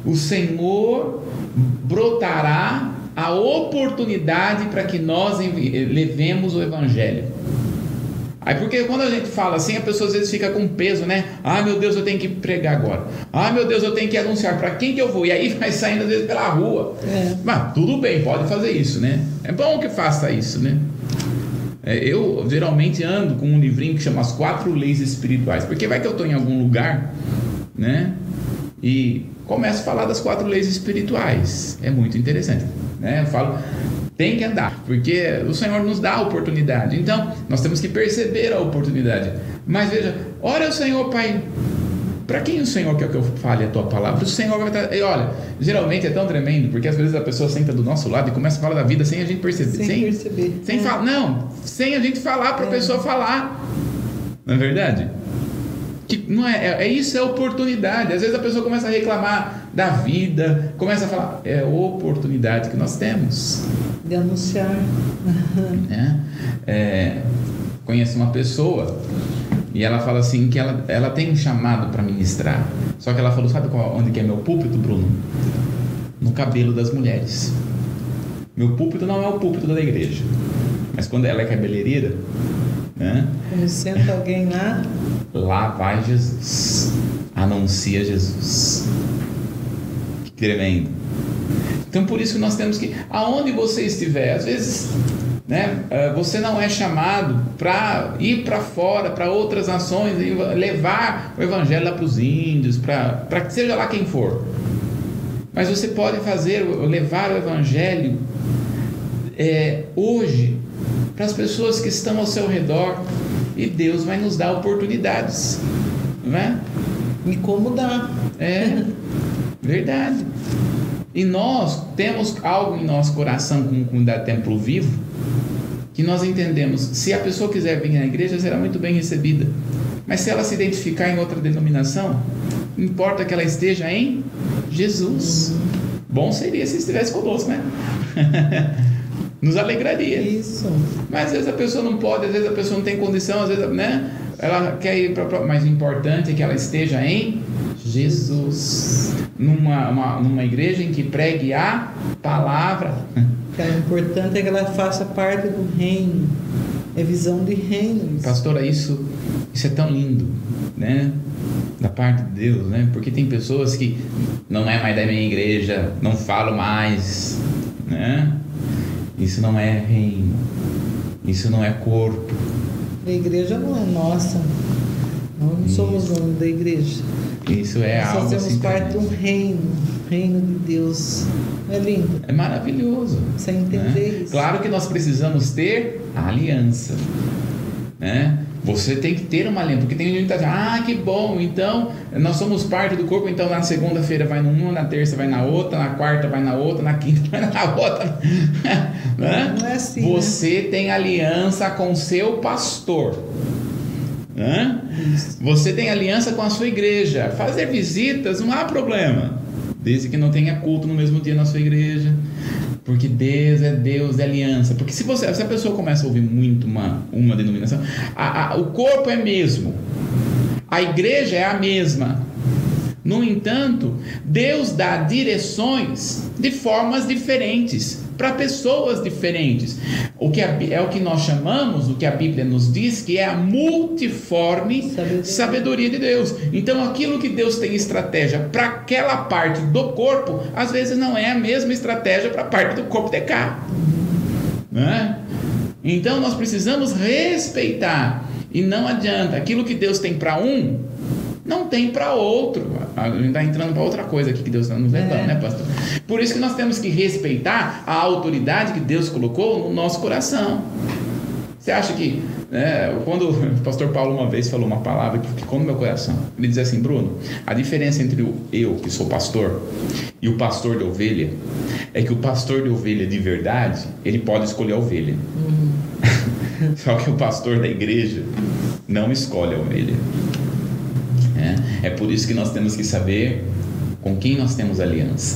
Speaker 2: o Senhor brotará a oportunidade para que nós levemos o Evangelho. Aí, porque quando a gente fala assim, a pessoa às vezes fica com peso, né? Ah, meu Deus, eu tenho que pregar agora. Ah, meu Deus, eu tenho que anunciar. Para quem que eu vou? E aí vai saindo às vezes pela rua. É. Mas tudo bem, pode fazer isso, né? É bom que faça isso, né? É, eu geralmente ando com um livrinho que chama As Quatro Leis Espirituais. Porque vai que eu estou em algum lugar, né? E começo a falar das quatro leis espirituais. É muito interessante, né? Eu falo... Tem que andar, porque o Senhor nos dá a oportunidade. Então, nós temos que perceber a oportunidade. Mas veja, ora o Senhor, Pai, para quem o Senhor quer que eu fale a tua palavra? O Senhor vai estar... E olha, geralmente é tão tremendo, porque às vezes a pessoa senta do nosso lado e começa a falar da vida sem a gente perceber.
Speaker 1: Sem, sem perceber.
Speaker 2: Sem
Speaker 1: é.
Speaker 2: falar, não, sem a gente falar para a é. pessoa falar. Não é verdade? Que não é, é, é isso, é oportunidade. Às vezes a pessoa começa a reclamar da vida, começa a falar, é a oportunidade que nós temos
Speaker 1: de anunciar.
Speaker 2: é, é, conheço uma pessoa e ela fala assim que ela, ela tem um chamado para ministrar, só que ela falou, sabe qual, onde que é meu púlpito, Bruno? No cabelo das mulheres. Meu púlpito não é o púlpito da igreja, mas quando ela é cabeleireira, né?
Speaker 1: Quando senta alguém lá,
Speaker 2: lá vai Jesus, anuncia Jesus. Que tremendo. Então por isso que nós temos que, aonde você estiver, às vezes, né, você não é chamado para ir para fora, para outras nações, e levar o evangelho lá para os índios, para que seja lá quem for, mas você pode fazer, levar o evangelho é, hoje para as pessoas que estão ao seu redor, e Deus vai nos dar oportunidades, não é?
Speaker 1: E como dá?
Speaker 2: É, verdade. E nós temos algo em nosso coração como comunidade Templo Vivo, que nós entendemos, se a pessoa quiser vir à igreja, será muito bem recebida, mas se ela se identificar em outra denominação, importa que ela esteja em Jesus. Bom seria se estivesse conosco, né? Nos alegraria.
Speaker 1: Isso.
Speaker 2: Mas às vezes a pessoa não pode, às vezes a pessoa não tem condição, às vezes, né? Ela quer ir para... Mas o importante é que ela esteja em Jesus. Numa, uma, numa igreja em que pregue a palavra.
Speaker 1: O importante é que ela faça parte do reino. É visão de reino. Isso.
Speaker 2: Pastora, isso, isso é tão lindo, né? Da parte de Deus, né? Porque tem pessoas que não é mais da minha igreja, não falo mais, né? Isso não é reino, isso não é corpo.
Speaker 1: A igreja não é nossa, nós não somos dono da igreja.
Speaker 2: Isso é
Speaker 1: nós
Speaker 2: algo assim.
Speaker 1: Nós fazemos parte de um reino, reino de Deus. É lindo.
Speaker 2: É maravilhoso.
Speaker 1: Você entender, né?
Speaker 2: Isso. Claro que nós precisamos ter a aliança, né? Você tem que ter uma aliança, porque tem gente que está dizendo, ah, que bom, então nós somos parte do corpo, então na segunda-feira vai numa, na terça vai na outra, na quarta vai na outra, na quinta vai na outra. Né?
Speaker 1: Não é assim,
Speaker 2: você
Speaker 1: né?
Speaker 2: tem aliança com seu pastor. Né? Você tem aliança com a sua igreja. Fazer visitas não há problema, desde que não tenha culto no mesmo dia na sua igreja. Porque Deus é Deus de aliança. Porque se, você, se a pessoa começa a ouvir muito uma, uma denominação, a, a, o corpo é mesmo, a igreja é a mesma. No entanto, Deus dá direções de formas diferentes para pessoas diferentes. O que a, é o que nós chamamos, o que a Bíblia nos diz, que é a multiforme sabedoria, sabedoria de Deus. Então, aquilo que Deus tem estratégia para aquela parte do corpo, às vezes não é a mesma estratégia para a parte do corpo de cá. Né? Então, nós precisamos respeitar. E não adianta, aquilo que Deus tem para um, não tem para outro. A gente está entrando para outra coisa aqui que Deus está nos levando, é. né, pastor? Por isso que nós temos que respeitar a autoridade que Deus colocou no nosso coração. Você acha que, né, quando o pastor Paulo uma vez falou uma palavra que ficou no meu coração, ele diz assim, Bruno, a diferença entre o eu, que sou pastor, e o pastor de ovelha, é que o pastor de ovelha de verdade, ele pode escolher a ovelha. Uhum. Só que o pastor da igreja não escolhe a ovelha. É, é por isso que nós temos que saber com quem nós temos aliança.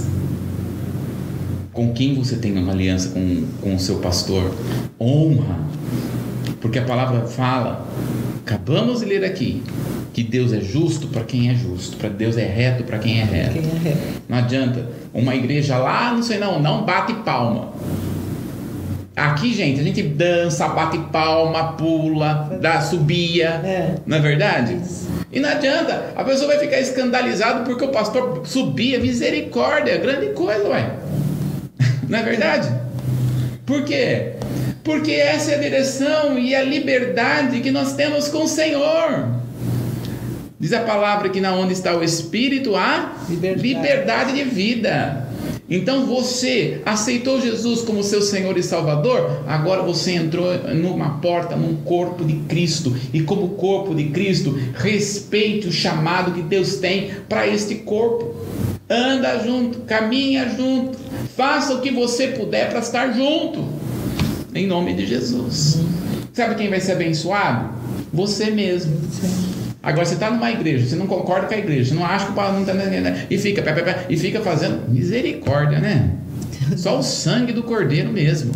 Speaker 2: Com quem você tem uma aliança com, com o seu pastor. Honra. Porque a palavra fala, acabamos de ler aqui, que Deus é justo para quem é justo, para Deus é reto para quem é reto.
Speaker 1: Quem é reto.
Speaker 2: Não adianta uma igreja lá, não sei não, não bate palma. Aqui, gente, a gente dança, bate palma, pula, dá, subia,
Speaker 1: É.
Speaker 2: não é verdade? E não adianta, a pessoa vai ficar escandalizada porque o pastor subia, misericórdia, grande coisa, ué. Não é verdade? Por quê? Porque essa é a direção e a liberdade que nós temos com o Senhor. Diz a palavra que na onde está o Espírito há
Speaker 1: Liberdade.
Speaker 2: liberdade de vida. Então você aceitou Jesus como seu Senhor e Salvador, agora você entrou numa porta, num corpo de Cristo, e como corpo de Cristo, respeite o chamado que Deus tem para este corpo. Anda junto, caminha junto, faça o que você puder para estar junto, em nome de Jesus. Sabe quem vai ser abençoado? Você mesmo. Agora você está numa igreja, você não concorda com a igreja, você não acha que o Paulo não está e fica pé, pé, pé, e fica fazendo misericórdia, né? Só o sangue do Cordeiro mesmo.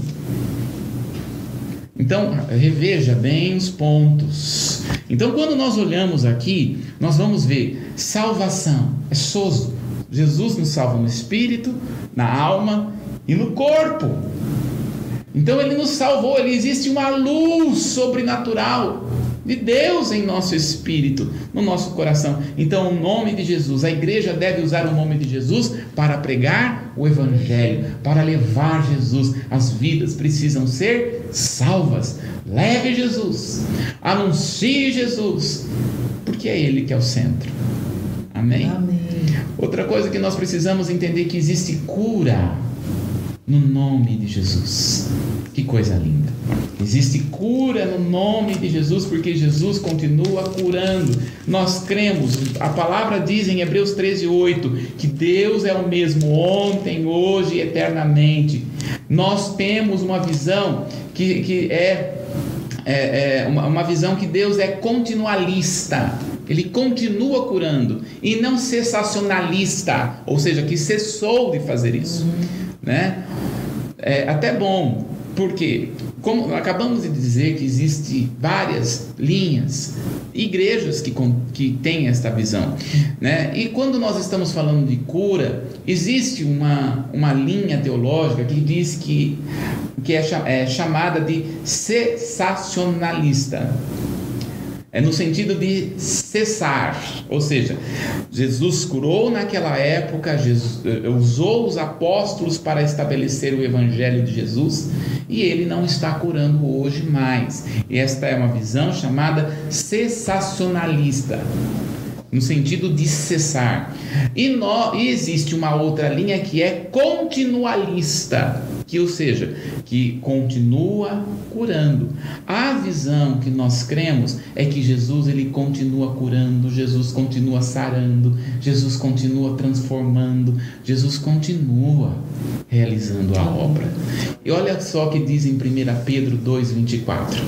Speaker 2: Então reveja bem os pontos. Então quando nós olhamos aqui, nós vamos ver salvação, é sozo. Jesus nos salva no espírito, na alma e no corpo. Então ele nos salvou, ele existe uma luz sobrenatural de Deus em nosso espírito, no nosso coração. Então o nome de Jesus, a igreja deve usar o nome de Jesus para pregar o evangelho, para levar Jesus. As vidas precisam ser salvas. Leve Jesus, anuncie Jesus, porque é Ele que é o centro. Amém?
Speaker 1: Amém.
Speaker 2: Outra coisa que nós precisamos entender, que existe cura no nome de Jesus. Que coisa linda. Existe cura no nome de Jesus, porque Jesus continua curando. Nós cremos, a palavra diz em Hebreus treze, oito, que Deus é o mesmo ontem, hoje e eternamente. Nós temos uma visão que, que é, é, é uma, uma visão que Deus é continualista. Ele continua curando e não cessacionalista, ou seja, que cessou de fazer isso, uhum. né? É até bom, porque como acabamos de dizer que existem várias linhas, igrejas que, que têm esta visão, né? E quando nós estamos falando de cura, existe uma, uma linha teológica que diz que, que é, é chamada de cessacionalista. É no sentido de cessar, ou seja, Jesus curou naquela época, Jesus usou os apóstolos para estabelecer o evangelho de Jesus, e ele não está curando hoje mais. E esta é uma visão chamada cessacionalista, no sentido de cessar. E, no, e existe uma outra linha que é continualista, que, ou seja, que continua curando. A visão que nós cremos é que Jesus ele continua curando, Jesus continua sarando, Jesus continua transformando, Jesus continua realizando a obra. E olha só o que diz em primeira Pedro dois, vinte e quatro.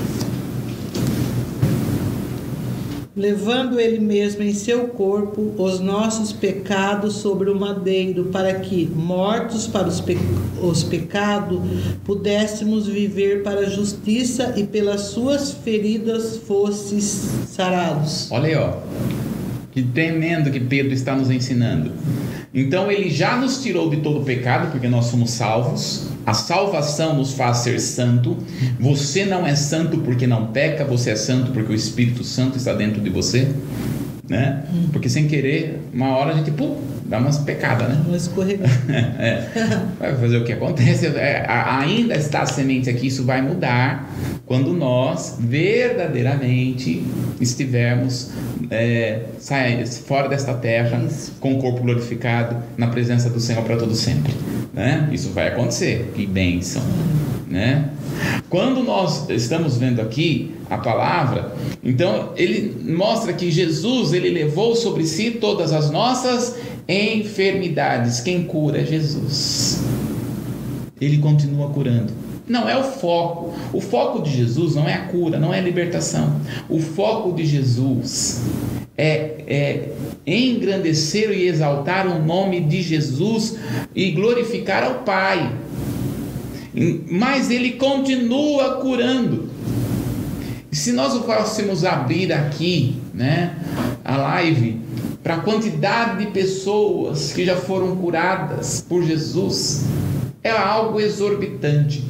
Speaker 1: Levando ele mesmo em seu corpo os nossos pecados sobre o madeiro, para que, mortos para os, pe- os pecados, pudéssemos viver para a justiça, e pelas suas feridas fostes sarados.
Speaker 2: Olha aí, ó. Que tremendo que Pedro está nos ensinando. Então ele já nos tirou de todo o pecado, porque nós somos salvos. A salvação nos faz ser santo. Você não é santo porque não peca, você é santo porque o Espírito Santo está dentro de você, né? Porque sem querer, uma hora a gente pum, dá umas pecadas, né?
Speaker 1: Uma escorregada.
Speaker 2: é. Vai fazer o que acontece. É, ainda está a semente aqui, isso vai mudar quando nós verdadeiramente estivermos é, sair, fora desta terra, isso. com o corpo glorificado, na presença do Senhor para todo sempre, né? Isso vai acontecer, que bênção, né? Quando nós estamos vendo aqui a palavra, então ele mostra que Jesus ele levou sobre si todas as nossas enfermidades. Quem cura é Jesus. Ele continua curando. Não é o foco. O foco de Jesus não é a cura, não é a libertação. O foco de Jesus é, é engrandecer e exaltar o nome de Jesus e glorificar ao Pai. Mas Ele continua curando. Se nós fôssemos abrir aqui, né, a live, para a quantidade de pessoas que já foram curadas por Jesus, é algo exorbitante.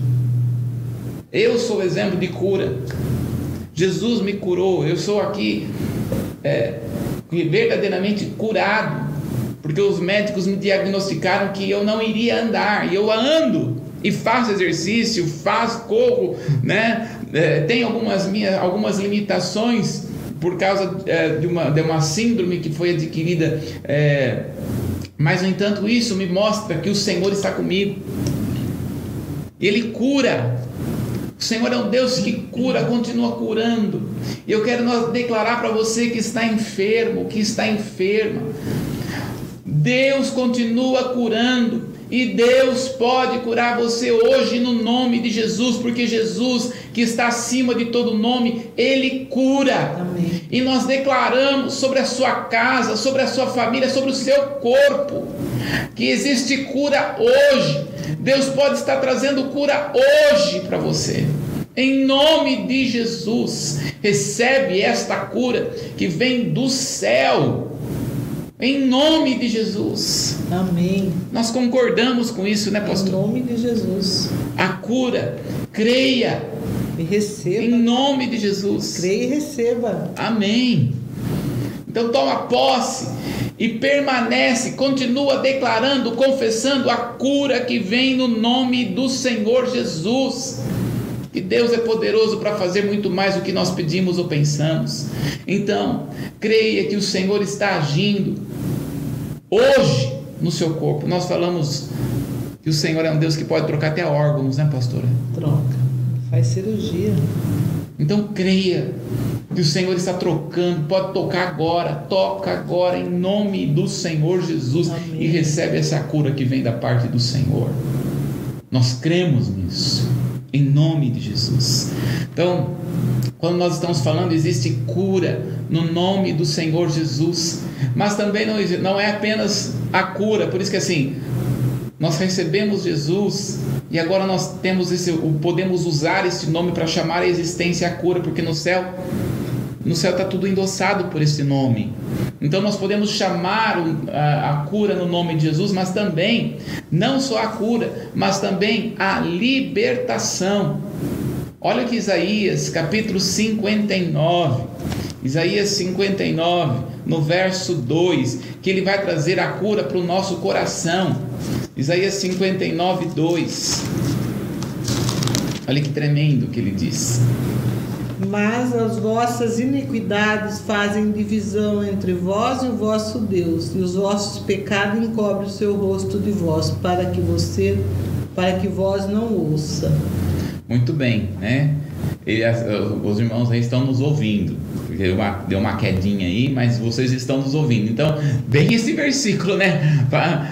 Speaker 2: Eu sou exemplo de cura. Jesus me curou. Eu sou aqui é, verdadeiramente curado, porque os médicos me diagnosticaram que eu não iria andar, e eu ando e faço exercício, faço, corro, né? É, tenho algumas, minhas, algumas limitações por causa é, de, uma, de uma síndrome que foi adquirida, é, mas no entanto isso me mostra que o Senhor está comigo. Ele cura. O Senhor é um Deus que cura, continua curando. E eu quero declarar para você que está enfermo, que está enferma, Deus continua curando, e Deus pode curar você hoje no nome de Jesus, porque Jesus, que está acima de todo nome, Ele cura.
Speaker 1: Amém.
Speaker 2: E nós declaramos sobre a sua casa, sobre a sua família, sobre o seu corpo, que existe cura hoje. Deus pode estar trazendo cura hoje para você. Em nome de Jesus, recebe esta cura que vem do céu. Em nome de Jesus.
Speaker 1: Amém.
Speaker 2: Nós concordamos com isso, né, pastor?
Speaker 1: Em nome de Jesus.
Speaker 2: A cura, creia.
Speaker 1: E receba.
Speaker 2: Em nome de Jesus.
Speaker 1: Creia e receba.
Speaker 2: Amém. Então toma posse e permanece, continua declarando, confessando a cura que vem no nome do Senhor Jesus. E Deus é poderoso para fazer muito mais do que nós pedimos ou pensamos. Então, creia que o Senhor está agindo hoje no seu corpo. Nós falamos que o Senhor é um Deus que pode trocar até órgãos, né, pastora?
Speaker 1: Troca, faz cirurgia.
Speaker 2: Então creia que o Senhor está trocando, pode tocar agora, toca agora em nome do Senhor Jesus. Amém. E recebe essa cura que vem da parte do Senhor. Nós cremos nisso, em nome de Jesus. Então, quando nós estamos falando, existe cura no nome do Senhor Jesus, mas também não, não é apenas a cura, por isso que assim, nós recebemos Jesus e agora nós temos esse, podemos usar esse nome para chamar a existência a cura, porque no céu no céu está tudo endossado por esse nome. Então nós podemos chamar a, a cura no nome de Jesus, mas também, não só a cura, mas também a libertação. Olha que Isaías capítulo cinquenta e nove, Isaías cinquenta e nove, no verso dois, que ele vai trazer a cura para o nosso coração. Isaías cinquenta e nove, dois. Olha que tremendo que ele diz.
Speaker 1: Mas as vossas iniquidades fazem divisão entre vós e o vosso Deus, e os vossos pecados encobrem o seu rosto de vós, para que você, para que vós não ouça.
Speaker 2: Muito bem, né? Ele, os irmãos aí estão nos ouvindo, porque deu uma, deu uma quedinha aí, mas vocês estão nos ouvindo. Então, bem esse versículo, né?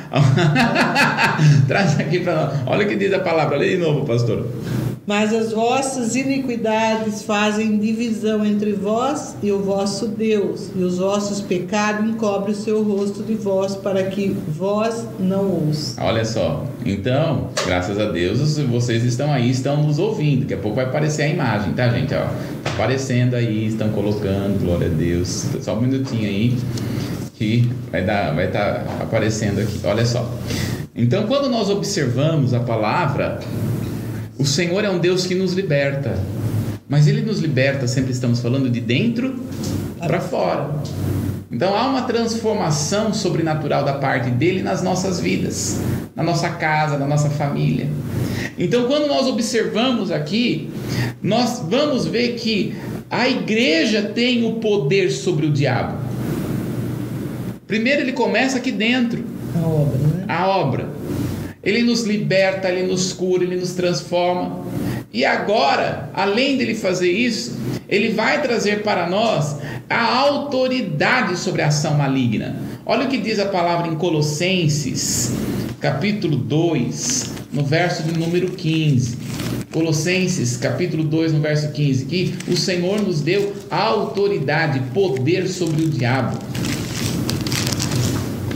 Speaker 2: Traz aqui para nós. Olha o que diz a palavra, lê de novo, pastor.
Speaker 1: Mas as vossas iniquidades fazem divisão entre vós e o vosso Deus, e os vossos pecados encobrem o seu rosto de vós, para que vós não ouçam.
Speaker 2: Olha só, então, graças a Deus, vocês estão aí, estão nos ouvindo. Daqui a pouco vai aparecer a imagem, tá, gente? Ó, tá aparecendo aí, estão colocando, glória a Deus. Só um minutinho aí, que vai dar, vai estar tá aparecendo aqui. Olha só. Então, quando nós observamos a palavra, o Senhor é um Deus que nos liberta, mas Ele nos liberta, sempre estamos falando, de dentro para fora. Então há uma transformação sobrenatural da parte dEle nas nossas vidas, na nossa casa, na nossa família. Então quando nós observamos aqui, nós vamos ver que a igreja tem o poder sobre o diabo. Primeiro ele começa aqui dentro.
Speaker 1: A obra, né?
Speaker 2: A obra. Ele nos liberta, Ele nos cura, Ele nos transforma. E agora, além dele fazer isso, Ele vai trazer para nós a autoridade sobre a ação maligna. Olha o que diz a palavra em Colossenses, capítulo dois, no verso de número quinze. Colossenses, capítulo dois, no verso quinze, que o Senhor nos deu autoridade, poder sobre o diabo.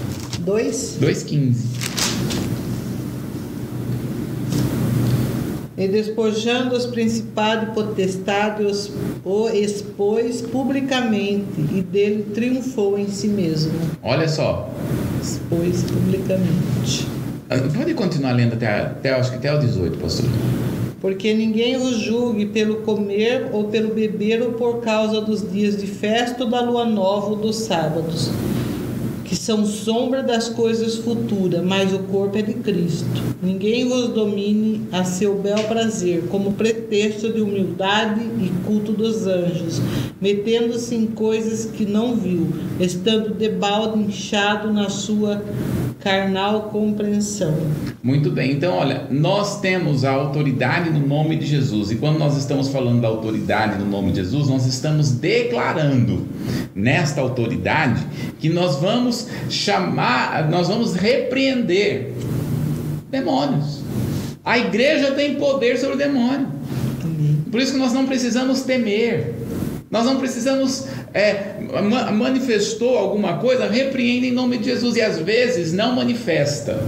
Speaker 1: dois?
Speaker 2: dois, quinze.
Speaker 1: E despojando os principados e potestades, o expôs publicamente e dele triunfou em si mesmo.
Speaker 2: Olha só.
Speaker 1: Expôs publicamente.
Speaker 2: Pode continuar lendo até, até, acho que até o dezoito, pastor.
Speaker 1: Porque ninguém vos julgue pelo comer ou pelo beber ou por causa dos dias de festa ou da lua nova ou dos sábados, que são sombra das coisas futuras, mas o corpo é de Cristo. Ninguém vos domine a seu bel prazer, como pretexto de humildade e culto dos anjos, metendo-se em coisas que não viu, estando debalde inchado na sua carnal compreensão.
Speaker 2: Muito bem, então olha, nós temos a autoridade no nome de Jesus, e quando nós estamos falando da autoridade no nome de Jesus, nós estamos declarando nesta autoridade que nós vamos chamar, nós vamos repreender demônios. A igreja tem poder sobre o demônio. Por isso que nós não precisamos temer. Nós não precisamos é, manifestou alguma coisa, repreende em nome de Jesus. E às vezes não manifesta,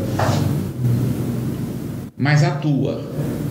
Speaker 2: mas atua.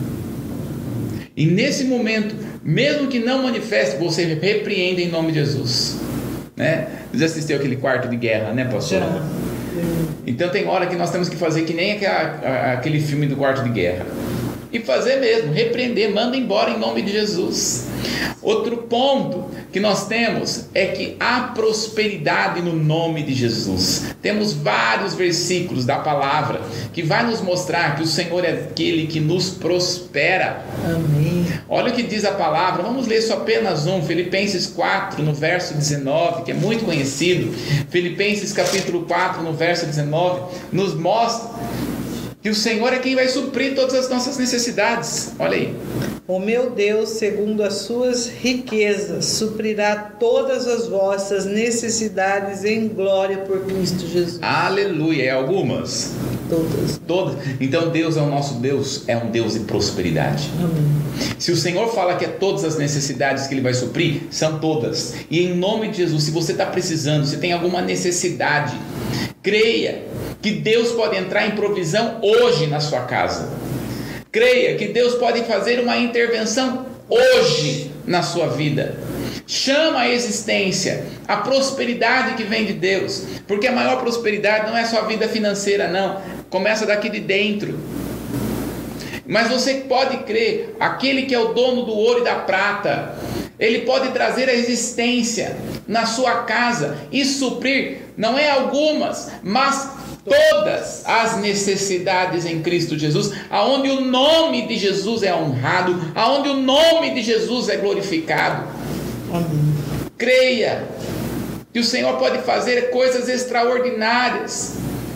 Speaker 2: E nesse momento, mesmo que não manifeste, você repreende em nome de Jesus, né? Você já assistiu aquele Quarto de Guerra, né, pastor?
Speaker 1: Já.
Speaker 2: Então tem hora que nós temos que fazer que nem aquela, aquele filme do Quarto de Guerra, e fazer mesmo, repreender, manda embora em nome de Jesus. Outro ponto que nós temos é que há prosperidade no nome de Jesus. Temos vários versículos da palavra que vai nos mostrar que o Senhor é aquele que nos prospera.
Speaker 1: Amém.
Speaker 2: Olha o que diz a palavra, vamos ler só apenas um, Filipenses quatro, no verso dezenove, que é muito conhecido. Filipenses capítulo quatro, no verso dezenove, nos mostra que o Senhor é quem vai suprir todas as nossas necessidades. Olha aí.
Speaker 1: O meu Deus, segundo as suas riquezas, suprirá todas as vossas necessidades em glória por Cristo Jesus.
Speaker 2: Aleluia. É algumas?
Speaker 1: Todas.
Speaker 2: Todas. Então Deus é o nosso Deus, é um Deus de prosperidade.
Speaker 1: Amém.
Speaker 2: Se o Senhor fala que é todas as necessidades que Ele vai suprir, são todas. E em nome de Jesus, se você está precisando, se tem alguma necessidade, creia que Deus pode entrar em provisão hoje na sua casa. Creia que Deus pode fazer uma intervenção hoje na sua vida. Chama a existência a prosperidade que vem de Deus, porque a maior prosperidade não é só a vida financeira, não. Começa daqui de dentro. Mas você pode crer, aquele que é o dono do ouro e da prata, Ele pode trazer a existência na sua casa e suprir, não é algumas, mas todas as necessidades em Cristo Jesus, aonde o nome de Jesus é honrado, aonde o nome de Jesus é glorificado.
Speaker 1: Amém.
Speaker 2: Creia que o Senhor pode fazer coisas extraordinárias.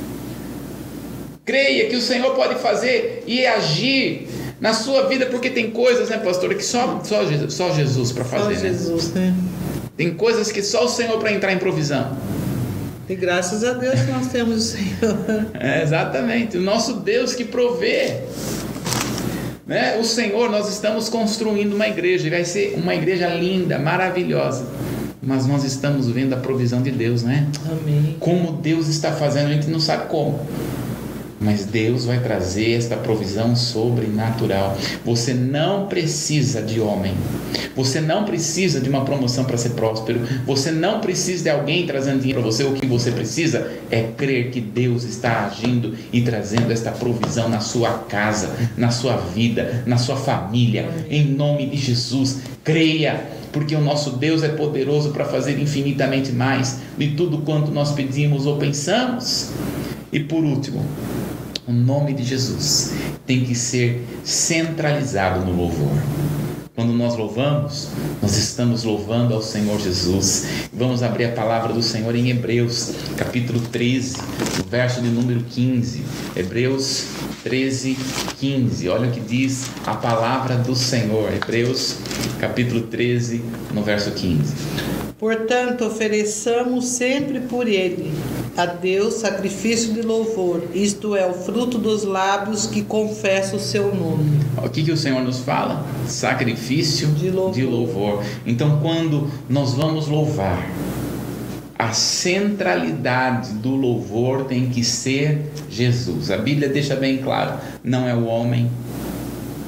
Speaker 2: Creia que o Senhor pode fazer e agir na sua vida, porque tem coisas, né, pastor, que só, só, Jesus, só Jesus para fazer,
Speaker 1: só Jesus, né? né?
Speaker 2: Tem coisas que só o Senhor para entrar em provisão.
Speaker 1: E graças a Deus que nós temos o Senhor.
Speaker 2: É, exatamente, o nosso Deus que provê, né? O Senhor, nós estamos construindo uma igreja, e vai ser uma igreja linda, maravilhosa, mas nós estamos vendo a provisão de Deus, né?
Speaker 1: Amém.
Speaker 2: Como Deus está fazendo, a gente não sabe como, mas Deus vai trazer esta provisão sobrenatural. Você não precisa de homem, você não precisa de uma promoção para ser próspero, você não precisa de alguém trazendo dinheiro para você. O que você precisa é crer que Deus está agindo e trazendo esta provisão na sua casa, na sua vida, na sua família, em nome de Jesus. Creia, porque o nosso Deus é poderoso para fazer infinitamente mais de tudo quanto nós pedimos ou pensamos. E por último, o nome de Jesus tem que ser centralizado no louvor. Quando nós louvamos, nós estamos louvando ao Senhor Jesus. Vamos abrir a palavra do Senhor em Hebreus, capítulo treze, o verso de número quinze. Hebreus treze, quinze. Olha o que diz a palavra do Senhor. Hebreus, capítulo treze, no verso quinze.
Speaker 1: Portanto, ofereçamos sempre por Ele a Deus sacrifício de louvor, isto é, o fruto dos lábios que confessa o seu nome.
Speaker 2: O que, que o Senhor nos fala? Sacrifício
Speaker 1: de louvor.
Speaker 2: de louvor. Então, quando nós vamos louvar, a centralidade do louvor tem que ser Jesus. A Bíblia deixa bem claro, não é o homem,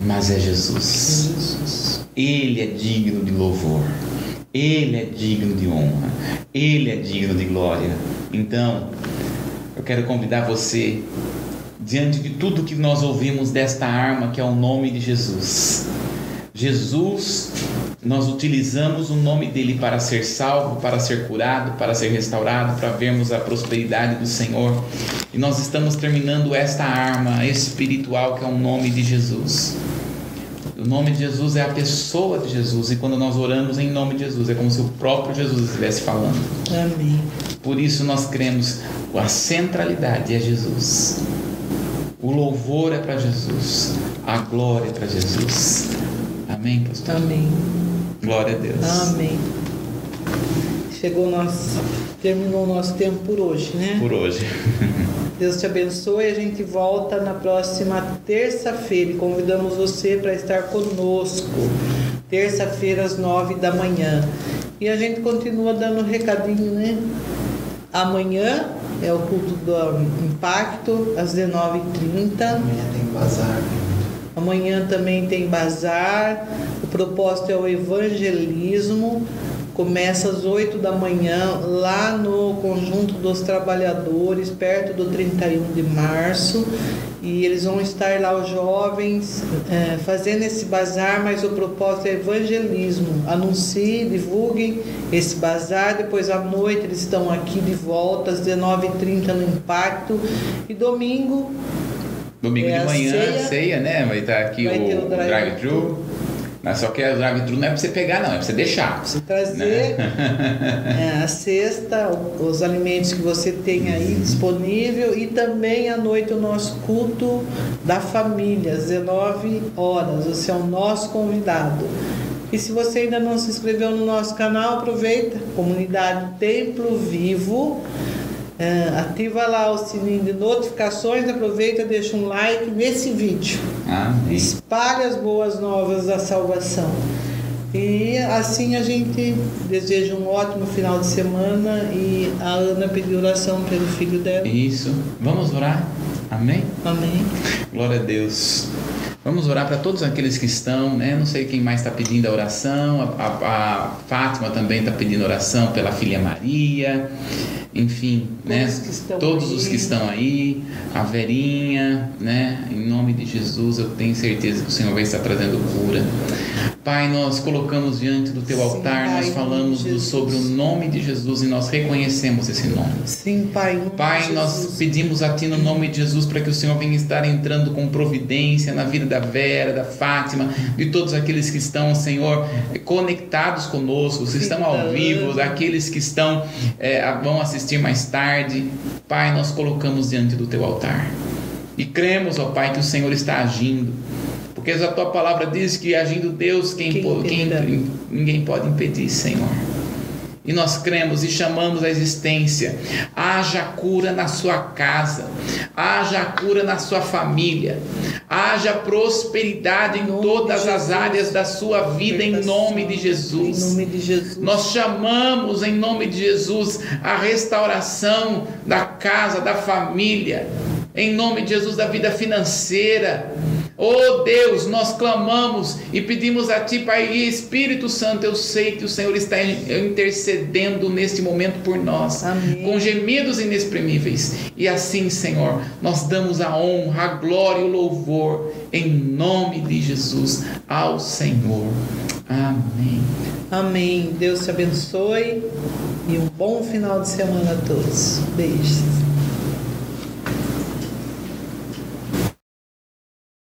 Speaker 2: mas é Jesus.
Speaker 1: Jesus.
Speaker 2: Ele é digno de louvor, Ele é digno de honra, Ele é digno de glória. Então, eu quero convidar você, diante de tudo que nós ouvimos desta arma que é o nome de Jesus. Jesus, nós utilizamos o nome dele para ser salvo, para ser curado, para ser restaurado, para vermos a prosperidade do Senhor. E nós estamos terminando esta arma espiritual que é o nome de Jesus. O nome de Jesus é a pessoa de Jesus, e quando nós oramos em nome de Jesus, é como se o próprio Jesus estivesse falando.
Speaker 1: Amém.
Speaker 2: Por isso nós cremos, a centralidade é Jesus. O louvor é para Jesus, a glória é para Jesus. Amém, pastor?
Speaker 1: Amém.
Speaker 2: Glória a Deus.
Speaker 1: Amém. Chegou o nosso, terminou o nosso tempo por hoje, né?
Speaker 2: Por hoje.
Speaker 1: Deus te abençoe. A gente volta na próxima terça-feira e convidamos você para estar conosco. Terça-feira às nove da manhã. E a gente continua dando um recadinho, né? Amanhã é o culto do Impacto às dezenove e trinta.
Speaker 3: Amanhã tem bazar.
Speaker 1: Amanhã também tem bazar. O propósito é o evangelismo. Começa às oito da manhã lá no Conjunto dos Trabalhadores, perto do trinta e um de março. E eles vão estar lá, os jovens, é, fazendo esse bazar, mas o propósito é evangelismo. Anuncie, divulguem esse bazar. Depois à noite eles estão aqui de volta às dezenove e trinta no Impacto. E domingo...
Speaker 2: Domingo
Speaker 1: é
Speaker 2: de manhã,
Speaker 1: ceia,
Speaker 2: ceia, né? Vai estar aqui
Speaker 1: vai
Speaker 2: o,
Speaker 1: o
Speaker 2: o
Speaker 1: drive-thru.
Speaker 2: drive-thru. Mas só que o drive-thru não é para você pegar, não, é para você deixar.
Speaker 1: Você trazer, né? é, a cesta, os alimentos que você tem aí disponível, e também à noite o nosso culto da família, às dezenove horas. Você é o nosso convidado. E se você ainda não se inscreveu no nosso canal, aproveita, Comunidade Templo Vivo. É, ativa lá o sininho de notificações, aproveita, deixa um like nesse vídeo.
Speaker 2: Amém.
Speaker 1: Espalhe as boas novas da salvação. E assim a gente deseja um ótimo final de semana. E a Ana pediu oração pelo filho dela.
Speaker 2: Isso. Vamos orar? Amém?
Speaker 1: Amém.
Speaker 2: Glória a Deus. Vamos orar para todos aqueles que estão, né? Não sei quem mais está pedindo a oração. A, a, a Fátima também está pedindo oração pela filha Maria. Enfim, todos, né?
Speaker 1: Que
Speaker 2: todos
Speaker 1: aí.
Speaker 2: os que estão aí, a Verinha, né? Em nome de Jesus, eu tenho certeza que o Senhor vai estar trazendo cura. Pai, nós colocamos diante do Teu
Speaker 1: Sim,
Speaker 2: altar,
Speaker 1: Pai,
Speaker 2: nós falamos do, sobre o nome de Jesus e nós reconhecemos esse nome.
Speaker 1: Sim, Pai.
Speaker 2: Pai, nós pedimos a Ti no nome de Jesus para que o Senhor venha estar entrando com providência na vida da Vera, da Fátima, de todos aqueles que estão, Senhor, conectados conosco, que estão ao vivo, daqueles que estão, é, vão assistir mais tarde. Pai, nós colocamos diante do Teu altar e cremos, ó Pai, que o Senhor está agindo, porque a Tua palavra diz que agindo Deus, quem,
Speaker 1: quem,
Speaker 2: pode, quem ninguém pode impedir, Senhor. E nós cremos e chamamos a existência. Haja cura na sua casa, haja cura na sua família, haja prosperidade em todas as áreas da sua vida, em nome de Jesus.
Speaker 1: Em nome de Jesus.
Speaker 2: Nós chamamos em nome de Jesus a restauração da casa, da família, em nome de Jesus, da vida financeira. Oh Deus, nós clamamos e pedimos a Ti, Pai, e Espírito Santo, eu sei que o Senhor está intercedendo neste momento por nós. Amém. Com gemidos inexprimíveis. E assim, Senhor, nós damos a honra, a glória e o louvor em nome de Jesus ao Senhor. Amém.
Speaker 1: Amém. Deus te abençoe e um bom final de semana a todos. Beijos.